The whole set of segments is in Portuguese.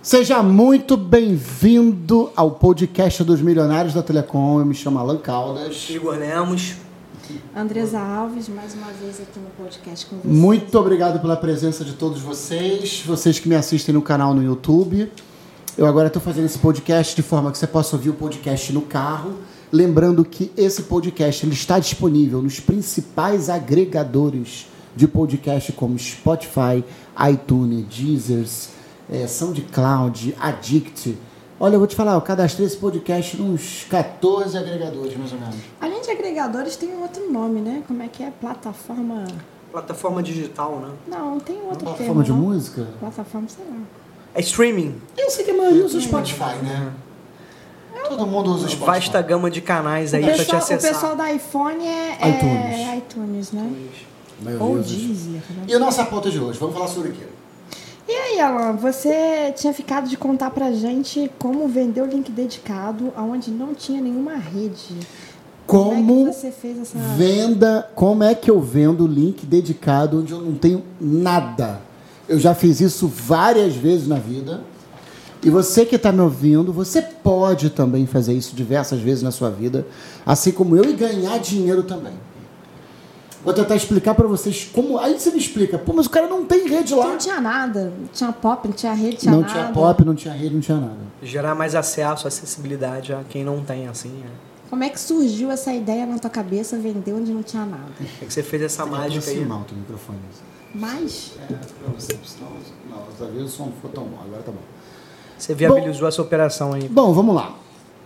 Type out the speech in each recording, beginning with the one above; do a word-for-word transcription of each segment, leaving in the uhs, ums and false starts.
Seja muito bem-vindo ao podcast dos Milionários da Telecom. Eu me chamo Alan Caldas. Igor Lemos. Andresa Alves, mais uma vez aqui no podcast com vocês. Muito obrigado pela presença de todos vocês, vocês que me assistem no canal no YouTube. Eu agora estou fazendo esse podcast de forma que você possa ouvir o podcast no carro. Lembrando que esse podcast ele está disponível nos principais agregadores de podcast como Spotify, iTunes, Deezer, é, SoundCloud, Addict. Olha, eu vou te falar, eu cadastrei esse podcast nos quatorze agregadores, mais ou menos. Além de agregadores, tem um outro nome, né? Como é que é? Plataforma... Plataforma digital, né? Não, tem um outro termo. Plataforma de não? música? Plataforma, sei lá. É streaming. Eu sei que a maioria usa o Spotify, né? Todo mundo usa o Spotify. Vasta gama de canais aí O pra te pessoal, o acessar. pessoal da iPhone é iTunes. é iTunes, né? A maioria Ou usa. Deezer, né? E a nossa pauta de hoje? Vamos falar sobre o quê? E aí, Alan, você tinha ficado de contar pra gente como vender o link dedicado onde não tinha nenhuma rede. Como, Como é que você fez essa... venda, como é que eu vendo o link dedicado onde eu não tenho nada? Eu já fiz isso várias vezes na vida. E você que está me ouvindo, você pode também fazer isso diversas vezes na sua vida, assim como eu, e ganhar dinheiro também. Vou tentar explicar para vocês como... Aí você me explica, pô, mas o cara não tem rede lá. Não tinha nada. Não tinha pop, não tinha rede, tinha Não nada. tinha pop, não tinha rede, não tinha nada. Gerar mais acesso, acessibilidade a quem não tem, assim. Né? Como é que surgiu essa ideia na tua cabeça, vender onde não tinha nada? É que você fez essa Tem que mágica aí. aproximar o teu microfone. Mas... É, pra você, senão... Não, às vezes o som não ficou tão bom, agora tá bom. Você viabilizou bom, essa operação aí. Bom, vamos lá.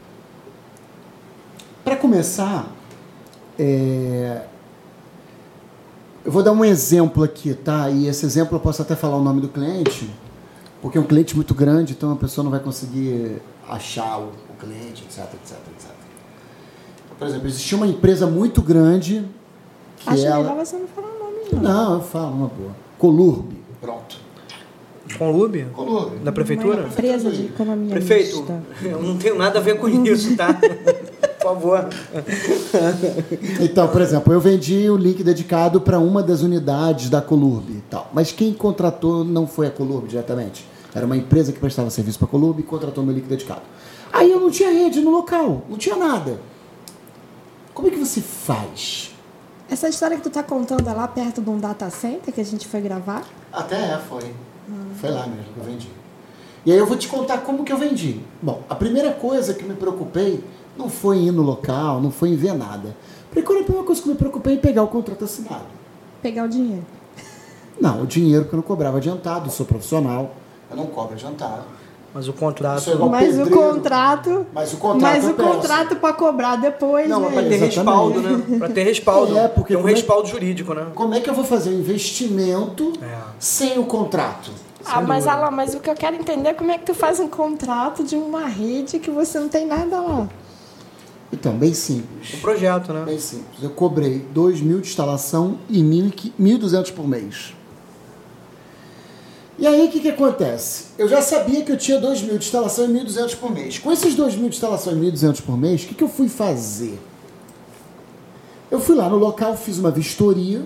Para começar, é... eu vou dar um exemplo aqui, tá? E esse exemplo eu posso até falar o nome do cliente, porque é um cliente muito grande, então a pessoa não vai conseguir achar o, o cliente, etc, etc, etcétera. Por exemplo, existia uma empresa muito grande que Acho ela... melhor você não falar o nome, não. Não, eu falo uma boa. Colurb. Pronto. Conlube? Colurb. Da prefeitura? Uma empresa de economia Prefeito, mista. eu não tenho nada a ver com isso, tá? Por favor. Então, por exemplo, eu vendi o link dedicado para uma das unidades da Colurb e tal. Mas quem contratou não foi a Colurb diretamente. Era uma empresa que prestava serviço para a Colurb e contratou meu link dedicado. Aí eu não tinha rede no local, não tinha nada. Como é que você faz? Essa história que tu tá contando é lá perto de um data center que a gente foi gravar? Até é, foi. Hum. Foi lá mesmo que eu vendi. E aí eu vou te contar como que eu vendi. Bom, a primeira coisa que me preocupei não foi ir no local, não foi em ver nada. A primeira coisa que eu me preocupei é pegar o contrato assinado. Pegar o dinheiro. Não, o dinheiro que eu não cobrava adiantado, eu sou profissional, eu não cobro adiantado. Mas o contrato... Isso é igual Mas pedreiro, o contrato... Mas o contrato Mas eu o peço. contrato para cobrar depois, Não, né? mas Pra ter exatamente. respaldo, né? Pra ter respaldo. É, porque tem um como é- respaldo jurídico, né? Como é que eu vou fazer um investimento É. sem o contrato? Ah, mas Alan, mas o que eu quero entender é como é que tu faz um contrato de uma rede que você não tem nada lá. Então, bem simples. Um projeto, né? Bem simples. Eu cobrei dois mil de instalação e mil e duzentos por mês. E aí, o que, que acontece? Eu já sabia que eu tinha dois mil de instalação e mil e duzentos por mês. Com esses dois mil de instalação e mil e duzentos por mês, o que, que eu fui fazer? Eu fui lá no local, fiz uma vistoria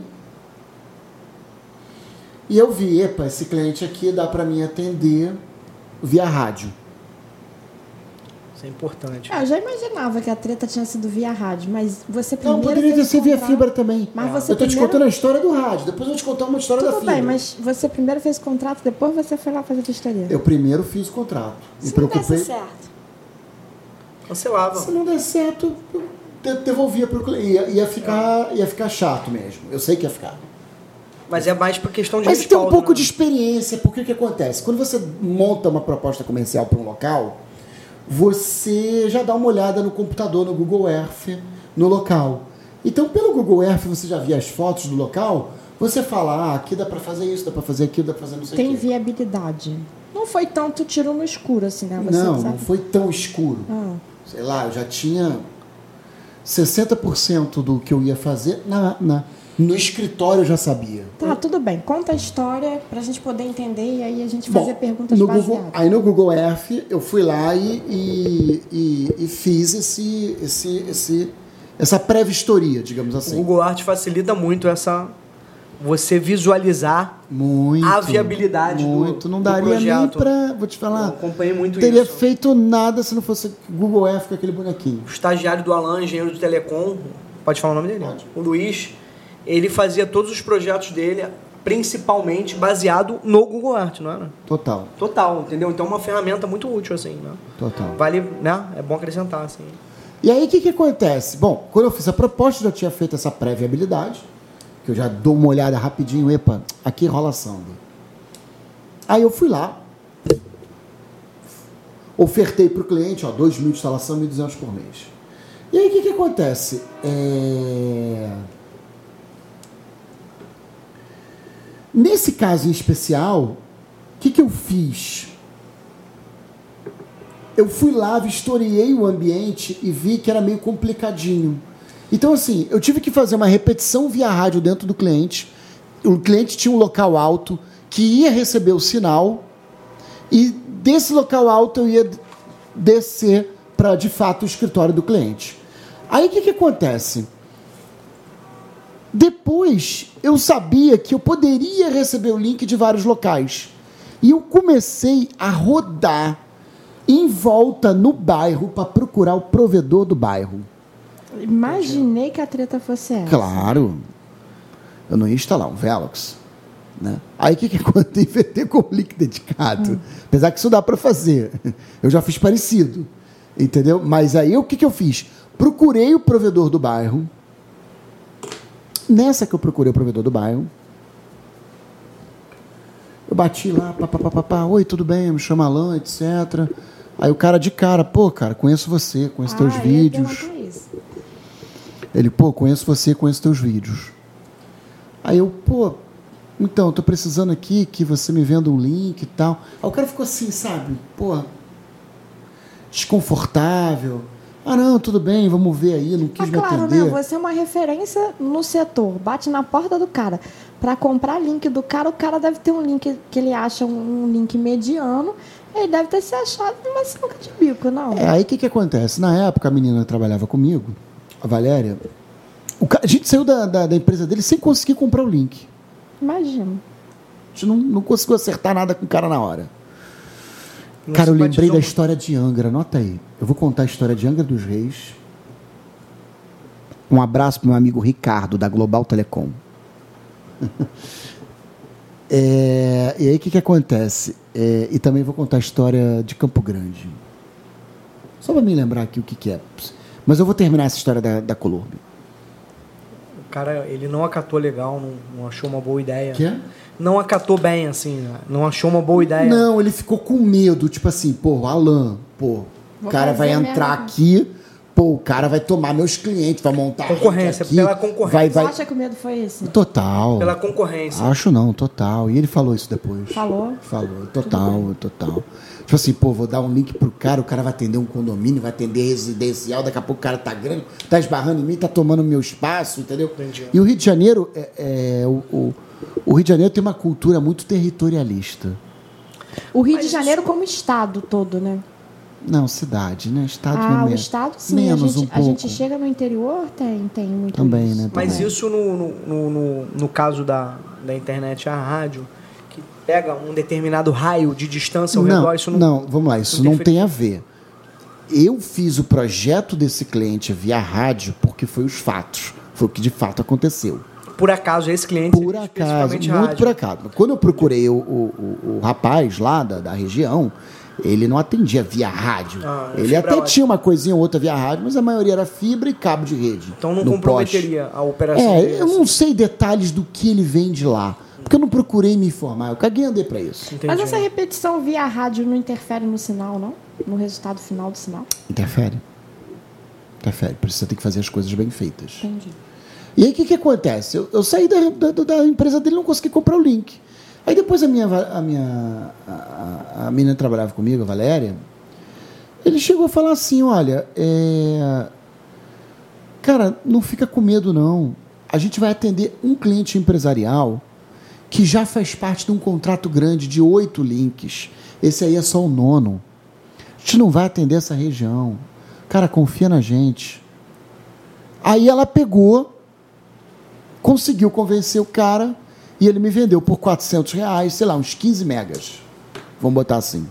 e eu vi, epa, esse cliente aqui dá para mim atender via rádio. Isso é importante. Ah, eu já imaginava que a treta tinha sido via rádio, mas você Não, primeiro poderia ter fez sido via contrato- fibra também. Mas É. você Eu tô te primeiro- contando a história do rádio, depois eu vou te contar uma história da Tudo fibra. bem, mas você primeiro fez contrato, depois você foi lá fazer vistoria. Eu primeiro fiz o contrato. Me Se não preocupei. desse certo. Cancelava. Se não der certo, eu de- devolvia para o cliente. Ia, ia, ficar, ia ficar chato mesmo. Eu sei que ia ficar. Mas é mais por questão de Mas tem respaldo, um pouco né? de experiência, porque o que acontece? Quando você monta uma proposta comercial para um local, você já dá uma olhada no computador, no Google Earth, no local. Então, pelo Google Earth, você já via as fotos do local, você fala, ah, aqui dá para fazer isso, dá para fazer aquilo, dá para fazer não sei o Tem quê. viabilidade. Não foi tanto tiro no escuro assim, né? Você Não, sabe? não foi tão escuro. Ah. Sei lá, eu já tinha sessenta por cento do que eu ia fazer na, na, no escritório eu já sabia. Tá, tudo bem. Conta a história pra gente poder entender e aí a gente Bom, fazer perguntas no baseadas. Google, aí no Google Earth eu fui lá e, e, e, e fiz esse, esse, esse, essa pré-vistoria, digamos O assim. Google Art facilita muito essa você visualizar muito, a viabilidade muito. do, não do daria projeto. nem pra, vou te falar, Eu acompanhei muito teria isso. feito nada se não fosse Google Earth com aquele bonequinho. O estagiário do Alan, engenheiro do Telecom, pode falar o nome dele? Pode. O Luiz, ele fazia todos os projetos dele, principalmente baseado no Google Earth, não era? Total. Total, entendeu? Então é uma ferramenta muito útil, assim, né? Total. Vale, né? É bom acrescentar, assim. E aí, o que, que acontece? Bom, quando eu fiz a proposta, eu já tinha feito essa pré-viabilidade, que eu já dou uma olhada rapidinho, epa, aqui rola samba. Aí eu fui lá, ofertei para o cliente, ó, dois mil de instalação, mil e duzentos por mês. E aí, o que, que acontece? É... Nesse caso em especial, o que, que eu fiz? Eu fui lá, vistoriei o ambiente e vi que era meio complicadinho. Então, assim, eu tive que fazer uma repetição via rádio dentro do cliente. O cliente tinha um local alto que ia receber o sinal e desse local alto eu ia descer para, de fato, o escritório do cliente. Aí, o que, que acontece? Depois, eu sabia que eu poderia receber o link de vários locais. E eu comecei a rodar em volta no bairro para procurar o provedor do bairro. Imaginei que a treta fosse essa. Claro. Eu não ia instalar um Velox. Né? Aí o que, que acontece? Inverter com o link dedicado. Hum. Apesar que isso dá para fazer. Eu já fiz parecido. Entendeu? Mas aí o que, que eu fiz? Procurei o provedor do bairro. Nessa que eu procurei o provedor do bairro, eu bati lá, pá, pá, pá, pá, pá, oi, tudo bem, me chamo Alan, etcétera. Aí o cara de cara, pô, cara, conheço você, conheço ah, teus vídeos. Isso. Ele, pô, conheço você, conheço teus vídeos. Aí eu, pô, então, tô precisando aqui que você me venda um link e tal. Aí o cara ficou assim, sabe, pô, desconfortável. Ah, não, tudo bem, vamos ver aí, não quis ah, me claro, atender. Né? Você é uma referência no setor, bate na porta do cara. Para comprar link do cara, o cara deve ter um link que ele acha um link mediano, ele deve ter se achado numa sinuca de bico, não? É, aí o que, que acontece? Na época, a menina trabalhava comigo, a Valéria, o cara, a gente saiu da, da, da empresa dele sem conseguir comprar o link. Imagino. A gente não, não conseguiu acertar nada com o cara na hora. Não cara, eu lembrei da história de Angra, anota aí. Eu vou contar a história de Angra dos Reis. Um abraço para o meu amigo Ricardo, da Global Telecom. é, e aí o que, que acontece? É, e também vou contar a história de Campo Grande. Só para me lembrar aqui o que, que é. Mas eu vou terminar essa história da, da Colorbe. O cara, ele não acatou legal, não, não achou uma boa ideia. Que é? Não acatou bem, assim, não achou uma boa ideia. Não, ele ficou com medo, tipo assim, pô, Alan, pô, o cara vai entrar mesmo. aqui, pô, o cara vai tomar meus clientes, vai montar concorrência, aqui, pela concorrência. Vai, vai... Você acha que o medo foi esse? Total. Pela concorrência. Acho não, total. E ele falou isso depois. Falou? Falou, total, total. Tipo assim, pô, vou dar um link pro cara, o cara vai atender um condomínio, vai atender residencial, daqui a pouco o cara tá grande, tá esbarrando em mim, tá tomando meu espaço, entendeu? Entendi. E o Rio de Janeiro, é, é o, o, o Rio de Janeiro tem uma cultura muito territorialista. O Rio Mas de Janeiro isso... como estado todo, né? Não, cidade, né? Estado ah, mesmo. o estado sim. Menos a gente, um pouco. A gente chega no interior, tem, tem muito Também, isso. né? Mas Também. isso no, no, no, no caso da, da internet, a rádio, que pega um determinado raio de distância ao não, redor, isso não... Não, vamos lá, isso não, não tem a ver. Eu fiz o projeto desse cliente via rádio porque foi os fatos. Foi o que de fato aconteceu. Por acaso, esse cliente... Por acaso, muito rádio. por acaso. Quando eu procurei o, o, o, o rapaz lá da, da região, ele não atendia via rádio. Ah, ele até ótima. tinha uma coisinha ou outra via rádio, mas a maioria era fibra e cabo de rede. Então não comprometeria poste. a operação É, dele, eu assim. não sei detalhes do que ele vende lá. Porque eu não procurei me informar. Eu caguei e andei pra isso. Entendi. Mas essa repetição via rádio não interfere no sinal, não? No resultado final do sinal? Interfere. Interfere. Por isso você tem que fazer as coisas bem feitas. Entendi. E aí o que, que acontece? Eu, eu saí da, da, da empresa dele e não consegui comprar o link. Aí depois a minha, a minha a, a menina que trabalhava comigo, a Valéria, ele chegou a falar assim, olha, é... cara, não fica com medo não. A gente vai atender um cliente empresarial que já faz parte de um contrato grande de oito links. Esse aí é só o nono. A gente não vai atender essa região. Cara, confia na gente. Aí ela pegou, conseguiu convencer o cara E ele me vendeu por quatrocentos reais, sei lá, uns quinze megas. Vamos botar assim.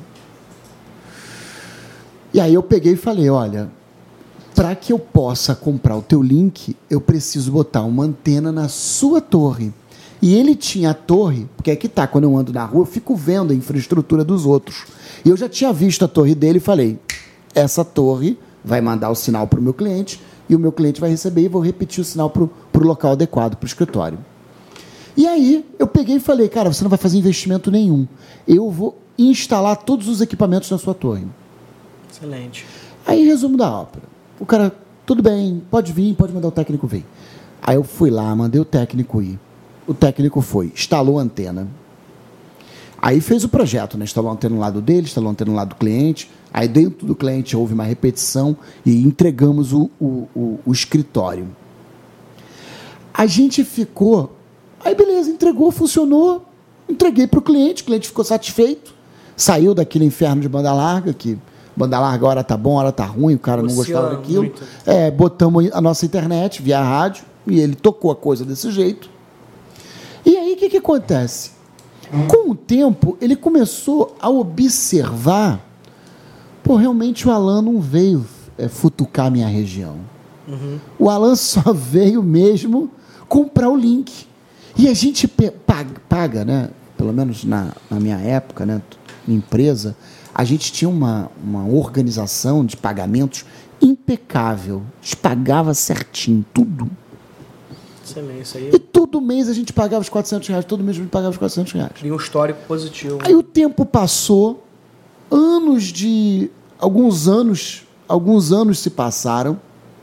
E aí eu peguei e falei, olha, para que eu possa comprar o teu link, eu preciso botar uma antena na sua torre. E ele tinha a torre, porque aqui tá, quando eu ando na rua, eu fico vendo a infraestrutura dos outros. E eu já tinha visto a torre dele e falei, essa torre vai mandar o sinal para o meu cliente e o meu cliente vai receber e vou repetir o sinal para o local adequado, para o escritório. E aí eu peguei e falei, cara, você não vai fazer investimento nenhum. Eu vou instalar todos os equipamentos na sua torre. Excelente. Aí, resumo da ópera. O cara, tudo bem, pode vir, pode mandar o técnico vir. Aí eu fui lá, mandei o técnico ir. O técnico foi, instalou a antena. Aí fez o projeto, né? Instalou a antena no lado dele, instalou a antena no lado do cliente. Aí dentro do cliente houve uma repetição e entregamos o, o, o, o escritório. A gente ficou... Aí beleza, entregou, funcionou. Entreguei para o cliente, o cliente ficou satisfeito. Saiu daquele inferno de banda larga, que banda larga hora tá bom, hora tá ruim, o cara não gostava daquilo. É, botamos a nossa internet via rádio e ele tocou a coisa desse jeito. E aí o que, que acontece? Com o tempo, ele começou a observar, pô, realmente o Alan não veio é, futucar a minha região. Uhum. O Alan só veio mesmo comprar o link. E a gente paga, paga né? Pelo menos na, na minha época, né? Empresa, a gente tinha uma, uma organização de pagamentos impecável. A gente pagava certinho, tudo. Excelente, aí. E todo mês a gente pagava os quatrocentos reais, todo mês a gente pagava os quatrocentos reais. E um histórico positivo. Aí o tempo passou, anos de... Alguns anos, alguns anos se passaram.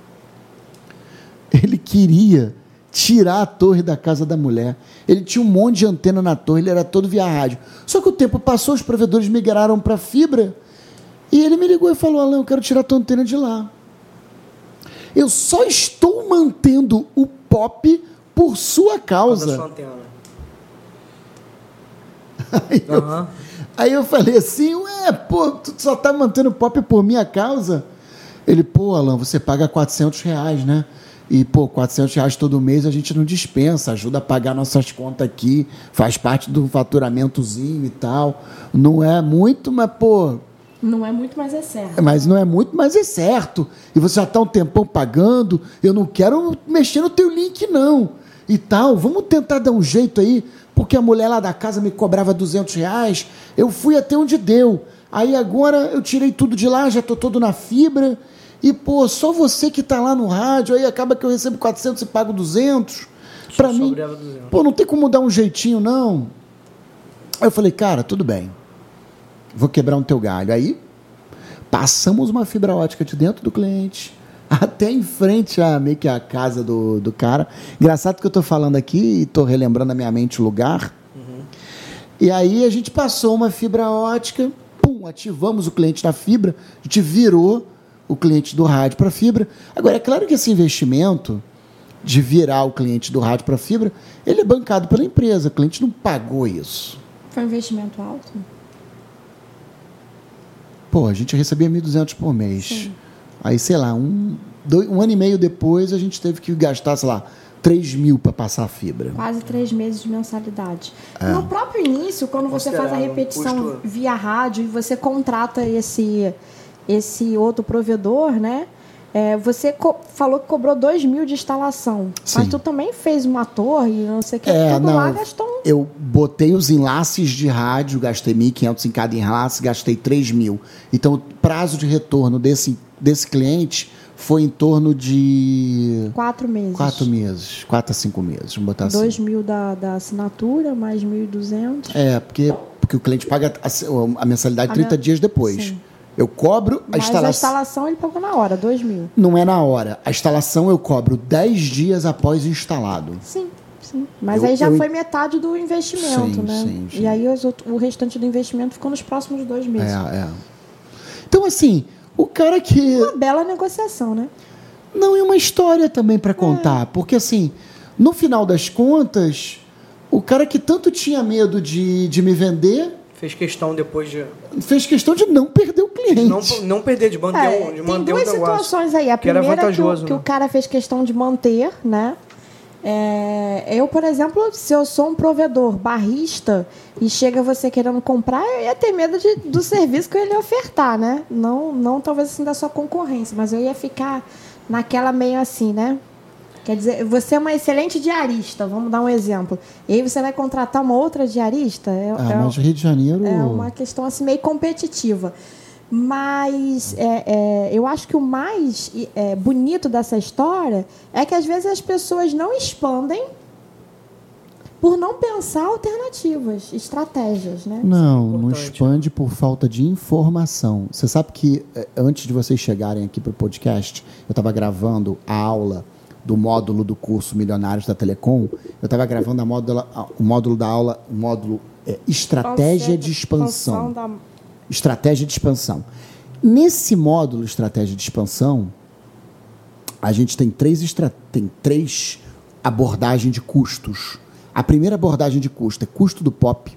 Ele queria tirar a torre da casa da mulher. Ele tinha um monte de antena na torre, ele era todo via rádio. Só que o tempo passou, os provedores migraram para fibra, e ele me ligou e falou, Alan, eu quero tirar a tua antena de lá. Eu só estou mantendo o Pop por sua causa. Por sua antena. Aí, uhum. eu, aí eu falei assim, ué, pô, tu só tá mantendo o Pop por minha causa? Ele, pô, Alan, você paga quatrocentos reais, né? E, pô, quatrocentos reais todo mês a gente não dispensa, ajuda a pagar nossas contas aqui, faz parte do faturamentozinho e tal. Não é muito, mas, pô... Não é muito, mas é certo. Mas não é muito, mas é certo. E você já está um tempão pagando, eu não quero mexer no teu link, não. E tal, vamos tentar dar um jeito aí, porque a mulher lá da casa me cobrava duzentos reais, eu fui até onde deu. Aí agora eu tirei tudo de lá, já estou todo na fibra... E, pô, só você que tá lá no rádio, aí acaba que eu recebo quatrocentos e pago duzentos. Para mim, duzentos. Pô, não tem como dar um jeitinho, não. Aí eu falei, cara, tudo bem. Vou quebrar um teu galho. Aí, passamos uma fibra ótica de dentro do cliente, até em frente a meio que a casa do, do cara. Engraçado que eu tô falando aqui e tô relembrando na minha mente o lugar. Uhum. E aí a gente passou uma fibra ótica, pum, ativamos o cliente na fibra, a gente virou o cliente do rádio para fibra. Agora, é claro que esse investimento de virar o cliente do rádio para fibra, ele é bancado pela empresa, o cliente não pagou isso. Foi um investimento alto? Pô, a gente recebia mil e duzentos por mês. Sim. Aí, sei lá, um, dois, um ano e meio depois, a gente teve que gastar, sei lá, três mil para passar a fibra. Quase três meses de mensalidade. É. No próprio início, quando você faz a repetição custo... via rádio e você contrata esse... esse outro provedor, né? É, você co- falou que cobrou dois mil de instalação. Sim. Mas tu também fez uma torre, não sei o que, é, tudo não, lá gastou um... Eu botei os enlaces de rádio, gastei mil e quinhentos em cada enlace, gastei três mil. Então, o prazo de retorno desse, desse cliente foi em torno de... Quatro meses. Quatro meses. Quatro a cinco meses, vamos botar Dois assim. mil da, da assinatura, mais mil e duzentos. É, porque, porque o cliente paga a, a mensalidade a trinta minha... dias depois. Sim. Eu cobro a Mas instalação... Mas a instalação ele pagou na hora, dois mil. Não é na hora. A instalação eu cobro dez dias após instalado. Sim, sim. Mas eu, aí já eu... foi metade do investimento, sim, né? Sim, sim. E aí os, o restante do investimento ficou nos próximos dois meses. É, é. Então, assim, o cara que... Uma bela negociação, né? Não, é uma história também para contar. É. Porque, assim, no final das contas, o cara que tanto tinha medo de, de me vender... Fez questão depois de... Fez questão de não perder o cliente. Não, não perder, de manter, é, de manter tem duas o negócio. Situações aí. A que primeira era vantajoso, que, o, que né? o cara fez questão de manter, né? É, eu, por exemplo, se eu sou um provedor barrista e chega você querendo comprar, eu ia ter medo de, do serviço que eu ia ofertar, né? Não, não talvez assim da sua concorrência, mas eu ia ficar naquela meio assim, né? Quer dizer, você é uma excelente diarista, vamos dar um exemplo. E aí você vai contratar uma outra diarista? É, Ah, é, mas Rio de Janeiro... é uma questão assim meio competitiva. Mas é, é, eu acho que o mais é, bonito dessa história é que às vezes as pessoas não expandem por não pensar alternativas, estratégias, né? Não, não expande por falta de informação. Você sabe que antes de vocês chegarem aqui para o podcast, eu estava gravando a aula do módulo do curso Milionários da Telecom. Eu estava gravando a módula, o módulo da aula, o módulo é, Estratégia de Expansão. Da... Estratégia de expansão. Nesse módulo Estratégia de Expansão, a gente tem três, estra... tem três abordagens de custos. A primeira abordagem de custo é custo do pop.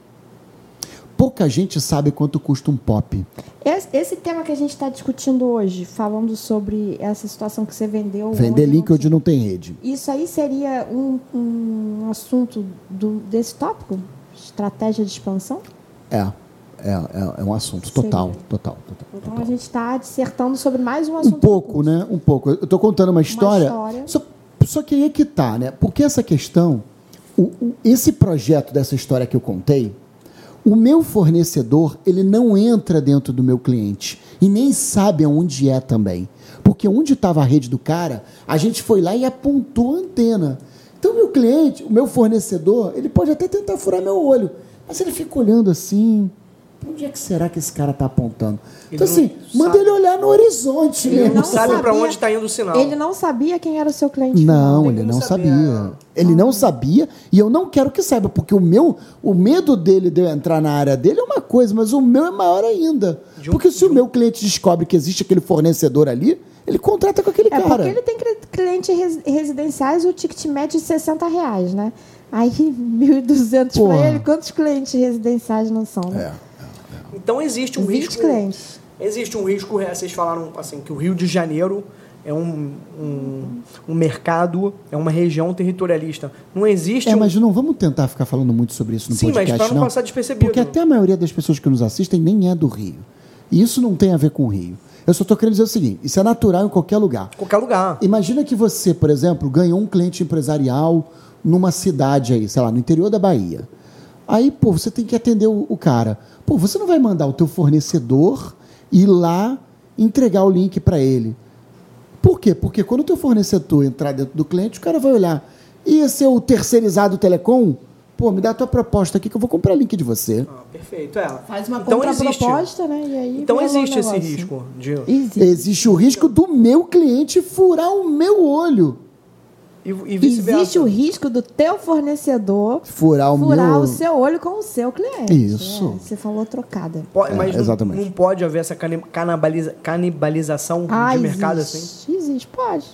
Pouca gente sabe quanto custa um pop. Esse, esse tema que a gente está discutindo hoje, falando sobre essa situação que você vendeu... Vender onde link não... onde não tem rede. Isso aí seria um, um assunto do, desse tópico? Estratégia de expansão? É. É, é, é um assunto total, total, total. Então total. a gente está dissertando sobre mais um assunto. Um pouco, né? Um pouco. Eu estou contando uma história. Uma história. Só, só que aí é que tá, né? Porque essa questão, o, o, esse projeto dessa história que eu contei, o meu fornecedor, ele não entra dentro do meu cliente e nem sabe aonde é também. Porque onde estava a rede do cara, a gente foi lá e apontou a antena. Então, o meu cliente, o meu fornecedor, ele pode até tentar furar meu olho, mas ele fica olhando assim... Onde é que será que esse cara está apontando? Ele então, assim, manda ele olhar no horizonte ele mesmo. Ele não sabe para onde está indo o sinal. Ele não sabia quem era o seu cliente. Não, ele não sabia. sabia. Ele ah. não sabia e eu não quero que saiba, porque o meu, o medo dele de eu entrar na área dele é uma coisa, mas o meu é maior ainda. Um, porque se um... o meu cliente descobre que existe aquele fornecedor ali, ele contrata com aquele é cara. É porque ele tem clientes residenciais, o ticket médio de sessenta reais, né? Aí, mil e duzentos para ele, quantos clientes residenciais não são, né? É. Então existe um vinte risco. Clientes. Existe um risco, vocês falaram assim, que o Rio de Janeiro é um, um, um mercado, é uma região territorialista. Não existe. É, um... mas não vamos tentar ficar falando muito sobre isso no Sim, podcast. Sim, mas para não, não passar despercebido. Porque até a maioria das pessoas que nos assistem nem é do Rio. E isso não tem a ver com o Rio. Eu só estou querendo dizer o seguinte: isso é natural em qualquer lugar. Qualquer lugar. Imagina que você, por exemplo, ganhou um cliente empresarial numa cidade aí, sei lá, no interior da Bahia. Aí, pô, você tem que atender o, o cara. Pô, você não vai mandar o teu fornecedor ir lá entregar o link para ele. Por quê? Porque quando o teu fornecedor entrar dentro do cliente, o cara vai olhar. E esse é o terceirizado telecom? Pô, me dá a tua proposta aqui que eu vou comprar link de você. Ah, perfeito, é. Faz uma então contraproposta, né? E aí então existe esse negócio. risco. De... Existe. Existe o risco do meu cliente furar o meu olho. E, e vice-versa. Existe o risco do teu fornecedor furar o, furar meu... o seu olho com o seu cliente. Isso. É, você falou trocada. Pode, é, mas exatamente. Não, não pode haver essa canibaliza, canibalização ah, de existe. mercado assim? Existe, pode.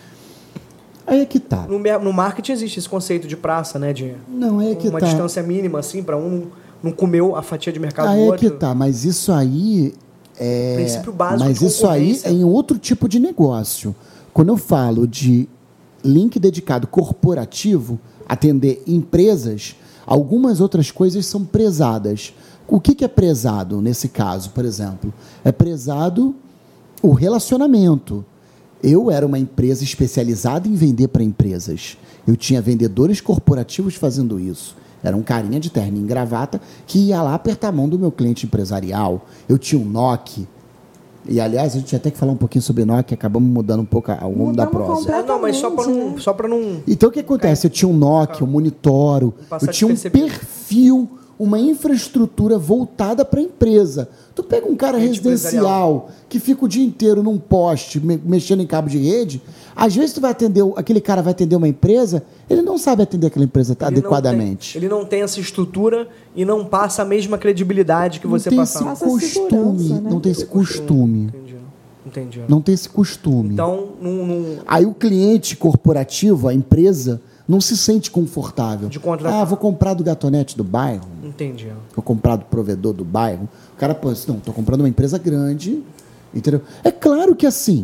Aí é que tá. No, no marketing existe esse conceito de praça, né? De não, é que uma tá. distância mínima, assim, para um não comeu a fatia de mercado aí do é outro. que tá, mas isso aí é. Princípio básico mas de isso aí é em outro tipo de negócio. Quando eu falo de link dedicado corporativo, atender empresas, algumas outras coisas são prezadas. O que, que é prezado nesse caso, por exemplo? É prezado o relacionamento. Eu era uma empresa especializada em vender para empresas. Eu tinha vendedores corporativos fazendo isso. Era um carinha de terno e gravata que ia lá apertar a mão do meu cliente empresarial. Eu tinha um N O C. E, aliás, a gente tinha até que falar um pouquinho sobre Nokia, acabamos mudando um pouco ao longo da prosa. É, não, mas só para não, só para não... Então, o que acontece? Eu tinha um Nokia, um monitoro, eu tinha um perfil, uma infraestrutura voltada para a empresa. Tu pega um cara residencial que fica o dia inteiro num poste, me, mexendo em cabo de rede, às vezes tu vai atender, aquele cara vai atender uma empresa, ele não sabe atender aquela empresa ele adequadamente. Não tem, ele não tem essa estrutura e não passa a mesma credibilidade que não você tem passava. Esse costume, né? Não tem esse costume. Entendi. Entendi. Não tem esse costume. Então, não, não... Aí o cliente corporativo, a empresa, não se sente confortável. De contratar. Ah, vou comprar do gatonete do bairro. Entendi. Vou comprar do provedor do bairro. O cara pensa, não, estou comprando uma empresa grande. Entendeu? É claro que assim,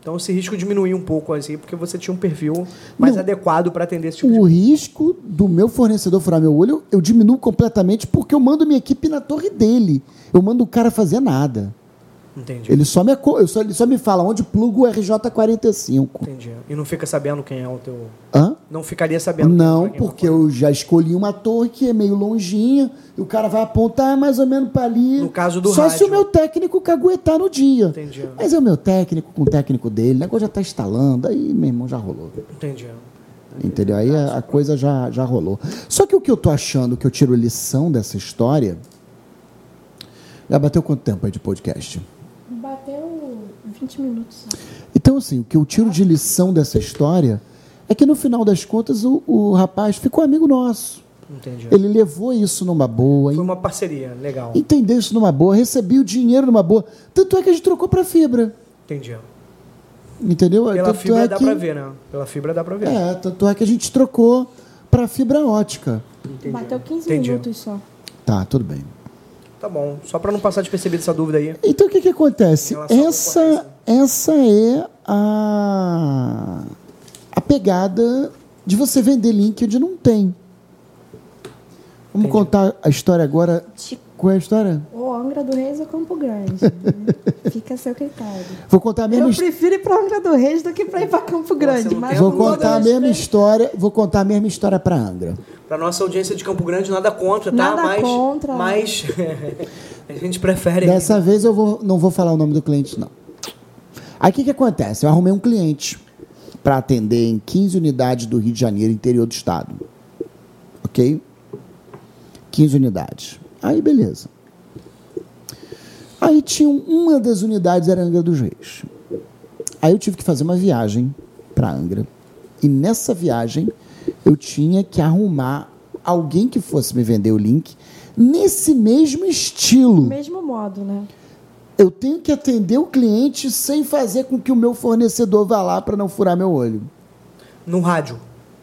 Então esse risco diminuiu um pouco, assim, porque você tinha um perfil mais Não. adequado para atender esse tipo O de... risco do meu fornecedor furar meu olho, eu diminuo completamente porque eu mando minha equipe na torre dele. Eu mando o cara fazer nada. Entendi. Ele só me, aco- eu só, ele só me fala onde pluga o R J quarenta e cinco. Entendi. E não fica sabendo quem é o teu... Hã? Não ficaria sabendo Não, quem é o porque eu já escolhi uma torre que é meio longinha e o cara vai apontar mais ou menos para ali. No caso do Só rádio. se o meu técnico caguetar no dia. Entendi. Mas é o meu técnico com o técnico dele, o negócio já tá instalando, aí, meu irmão, já rolou. Entendi. Entendeu? Aí a, a coisa já, já rolou. Só que o que eu tô achando que eu tiro lição dessa história. Já bateu quanto tempo aí de podcast? Bateu vinte minutos. Então, assim, o que eu tiro de lição dessa história é que no final das contas o, o rapaz ficou amigo nosso. Entendi. Ele levou isso numa boa. Foi uma parceria, legal. Entendeu isso numa boa, recebi o dinheiro numa boa. Tanto é que a gente trocou para fibra. Entendi. Entendeu? Pela tanto fibra é dá que, pra ver, né? Pela fibra dá pra ver. É, tanto é que a gente trocou para fibra ótica. Entendi. Bateu quinze Entendi. minutos só. Tá, tudo bem. Tá bom. Só pra não passar despercebido essa dúvida aí. Então o que, que acontece? Em relação à Essa, essa é a, a pegada de você vender link onde não tem. Vamos Entendi. contar a história agora. Qual é a história? Ou Angra do Reis ou Campo Grande. Fica a seu critério. Vou contar a mesma Eu história. prefiro ir para Angra do Reis do que para ir para Campo Grande. não Mas tem Vou com contar a todo mesma respeito- história. Vou contar a mesma história para Angra. Pra nossa audiência de Campo Grande, nada contra, tá? Nada mas, contra. Mas a gente prefere... Dessa vez eu vou, não vou falar o nome do cliente, não. Aí o que, que acontece? Eu arrumei um cliente para atender em quinze unidades do Rio de Janeiro, interior do estado. Ok? quinze unidades. Aí, beleza. Aí tinha uma das unidades era Angra dos Reis. Aí eu tive que fazer uma viagem para Angra. E nessa viagem eu tinha que arrumar alguém que fosse me vender o link nesse mesmo estilo. Mesmo modo, né? Eu tenho que atender o cliente sem fazer com que o meu fornecedor vá lá para não furar meu olho. No rádio.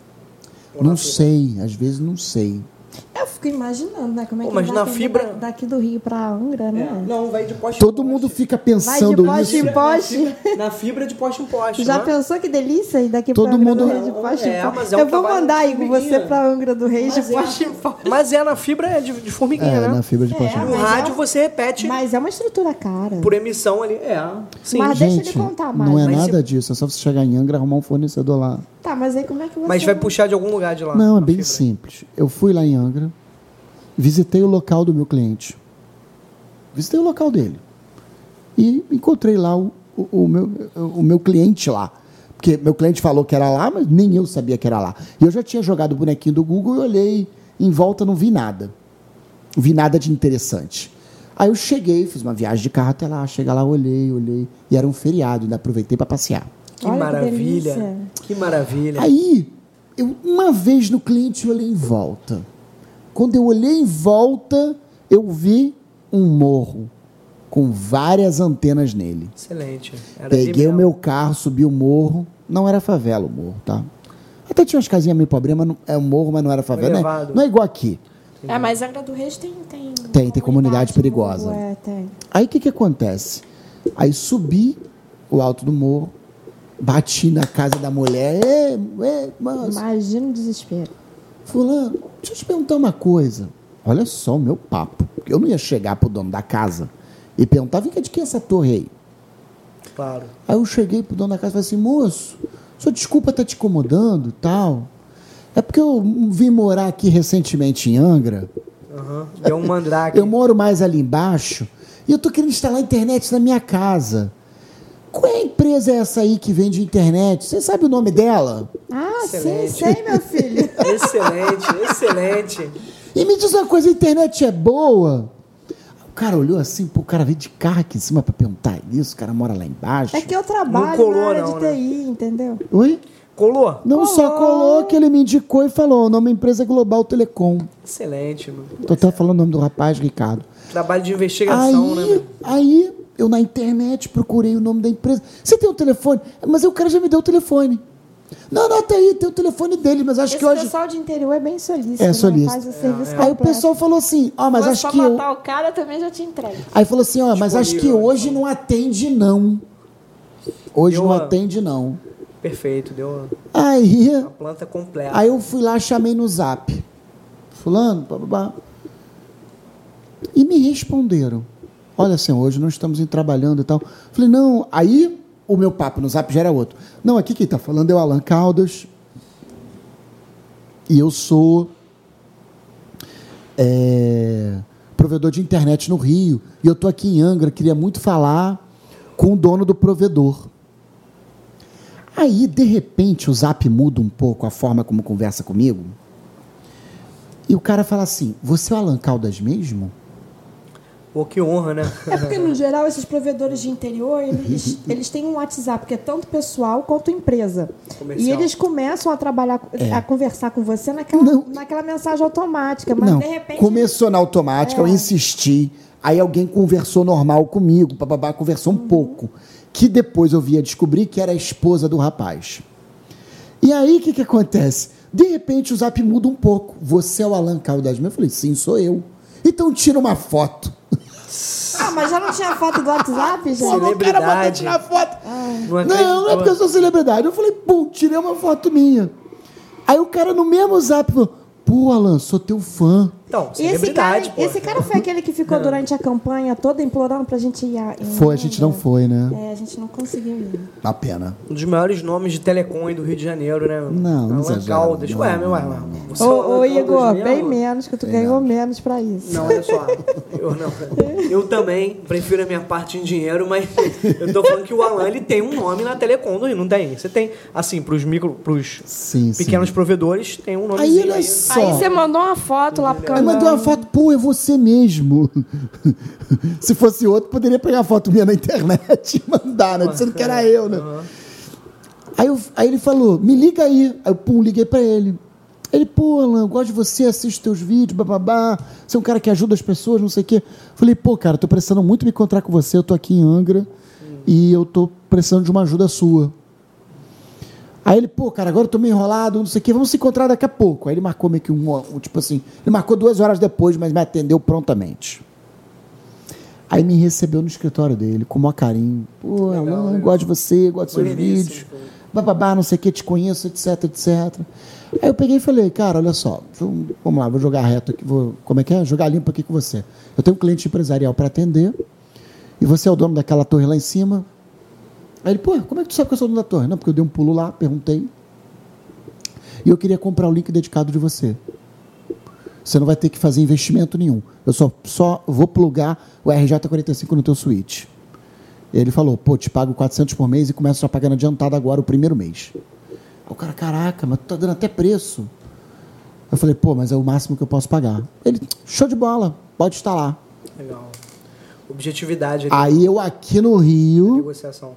Ou Não na fibra? sei, às vezes não sei. Eu fico imaginando, né? Como é Pô, que mas vai na atender fibra- da- daqui do Rio para Angra, né? É. Não, vai de poste Todo em mundo poste. fica Vai de pensando poste isso. em poste. Na fibra, na fibra de poste em poste, Já né? pensou que delícia ir daqui Todo pra Angra mundo- do Reis de poste É, em poste? mas é um Eu vou trabalho mandar, de Igor, formiguinha. você pra Angra do Reis Mas de é. poste em poste. Mas é na fibra é de, de formiguinha, É, né? na fibra de É, poste. No mas rádio é- você repete Mas é uma estrutura cara. por emissão ali. É, sim. Mas deixa Gente, ele contar mais. não é Mas nada se- disso. É só você chegar em Angra e arrumar um fornecedor lá. Tá, mas aí como é que você... Mas vai puxar de algum lugar de lá. Não, é na bem fibra. simples. Eu fui lá em Angra, visitei o local do meu cliente. Visitei o local dele. E encontrei lá o, o, o meu, o meu cliente lá. Porque meu cliente falou que era lá, mas nem eu sabia que era lá. E eu já tinha jogado o bonequinho do Google e olhei em volta, não vi nada. Não vi nada de interessante. Aí eu cheguei, fiz uma viagem de carro até lá. Cheguei lá, olhei, olhei. E era um feriado, ainda aproveitei para passear. Que Olha que maravilha. delícia. Que maravilha. Aí, eu, uma vez no cliente, eu olhei em volta. Quando eu olhei em volta, eu vi um morro com várias antenas nele. Excelente. Era ali Peguei o mesmo. meu carro, subi o morro. Não era favela o morro, tá? Até tinha umas casinhas meio pobrinhas, mas não, é um morro, mas não era favela. Não é, elevado. não é igual aqui. É, mas Angra do Reis tem... Tem, Tem, tem comunidade perigosa. É, tem. Aí o que, que acontece? Aí subi o alto do morro, bati na casa da mulher. Ê, ê, mas, Imagina o desespero. fulano, deixa eu te perguntar uma coisa. Olha só o meu papo. Eu não ia chegar pro dono da casa e perguntar, vem cá, de quem é essa torre aí? Claro. Aí eu cheguei pro dono da casa e falei assim, moço, sua desculpa tá te incomodando e tal. É porque eu vim morar aqui recentemente em Angra. Uhum. Deu um mandrake. Eu moro mais ali embaixo e eu tô querendo instalar internet na minha casa. Qual é a empresa essa aí que vende internet? Você sabe o nome dela? Ah, Excelente. sim, sei, meu filho. Excelente, excelente. E me diz uma coisa, a internet é boa? O cara olhou assim, pô, o cara veio de carro aqui em cima pra perguntar isso, o cara mora lá embaixo. É que eu trabalho colou, na área não, de né? T I, entendeu? Oi? Colou? Não só colou que ele me indicou e falou, o nome da empresa é Global Telecom. Excelente, mano. Tô até falando o nome do rapaz, Ricardo. Trabalho de investigação, né, Aí, meu? aí, eu na internet procurei o nome da empresa. Você tem o telefone? Mas o cara já me deu o telefone. Não, não, tá aí, tem o telefone dele, mas acho Esse que hoje... pessoal de interior é bem solícito, É, né? solícito. Faz o serviço Aí o completo. pessoal falou assim, ó, mas Se acho fosse que pra eu... matar o cara, eu também já te entrego. Aí falou assim, ó, mas acho que Disponível, hoje não atende, não. Hoje Deu não a- atende, não. Perfeito, deu Aí, a planta completa. aí eu fui lá, chamei no zap. Fulano, babá. E me responderam. Olha, senhor, hoje não estamos em trabalhando e tal. Falei, não. Aí o meu papo no zap já era outro. Não, aqui quem está falando é o Alan Caldas. E eu sou é, provedor de internet no Rio. E eu estou aqui em Angra, queria muito falar com o dono do provedor. Aí, de repente, o zap muda um pouco a forma como conversa comigo. E o cara fala assim, você é o Alan Caldas mesmo? Pô, que honra, né? É porque, no geral, esses provedores de interior, eles, eles têm um WhatsApp que é tanto pessoal quanto empresa. Comercial. E eles começam a trabalhar, É. a conversar com você naquela, Não. naquela mensagem automática. Mas, Não, de repente... começou na automática, É. eu insisti. Aí alguém conversou normal comigo, bababá, conversou um Uhum. pouco. Que depois eu via descobrir que era a esposa do rapaz. E aí, o que, que acontece? De repente, o zap muda um pouco. Você é o Alan Caldas mesmo? Eu falei, sim, sou eu. Então, tira uma foto. Ah, mas já não tinha foto do WhatsApp, gente? Pô, o cara mandou tirar foto. Não Não, acreditou. não é porque eu sou celebridade. Eu falei, pô, tirei uma foto minha. Aí o cara no mesmo zap falou, pô, Alan, sou teu fã. Então, Esse cara, celebridade, pô. esse cara foi aquele que ficou durante a campanha toda implorando pra gente ir. a- em Foi, a gente não Angra. foi, né? É, a gente não conseguiu ir. Uma pena. Um dos maiores nomes de telecom aí do Rio de Janeiro, né? Não, não Alan exagera. Caldas. Não, Ué, meu, ué, não, ué. não. Você é o Ô, Alan ô Caldas Igor, mesmo? bem menos, que tu ganhou menos pra isso. Não, olha só. Eu, não, eu também prefiro a minha parte em dinheiro, mas eu tô falando que o Alan ele tem um nome na telecom do Rio, não tem? Você tem, assim, pros micro, pros Sim, pequenos sim. provedores, tem um Aí, nomezinho olha aí. só. Aí você mandou uma foto lá pro Aí canal. mandei uma foto, pô, é você mesmo. Se fosse outro, poderia pegar a foto minha na internet e mandar, né? Dizendo que era eu, né? Uhum. Aí, eu- aí ele falou, me liga aí. Aí eu, pum, liguei pra ele. Ele, pô, Alan, eu gosto de você, assisto teus vídeos, bababá. Você é um cara que ajuda as pessoas, não sei o quê. Falei, pô, cara, tô precisando muito me encontrar com você. Eu tô aqui em Angra e eu tô precisando de uma ajuda sua. Aí ele, pô, cara, agora eu tô meio enrolado, não sei o quê, vamos se encontrar daqui a pouco. Aí ele marcou meio que um, um, tipo assim, ele marcou duas horas depois, mas me atendeu prontamente. Aí me recebeu no escritório dele, com o maior carinho. Pô, Legal, Alan, legal. gosto de você, gosto dos seus Maneiríssimo, vídeos. pô. Bababá, não sei o que, te conheço, etc, etcétera. Aí eu peguei e falei, cara, olha só, deixa eu- vamos lá, vou jogar reto aqui, vou, como é que é? Jogar limpo aqui com você. Eu tenho um cliente empresarial para atender, e você é o dono daquela torre lá em cima. Aí ele, pô, como é que tu sabe que eu sou o dono da torre? Não, porque eu dei um pulo lá, perguntei. E eu queria comprar o link dedicado de você. Você não vai ter que fazer investimento nenhum. Eu só, só vou plugar o R J quarenta e cinco no teu switch. Ele falou, pô, te pago quatrocentos por mês e começo a pagar adiantado agora o primeiro mês. Aí o cara, caraca, mas tu tá dando até preço. Eu falei, pô, mas é o máximo que eu posso pagar. Ele, show de bola, pode instalar. Legal. Objetividade ali, Aí eu aqui no Rio negociação.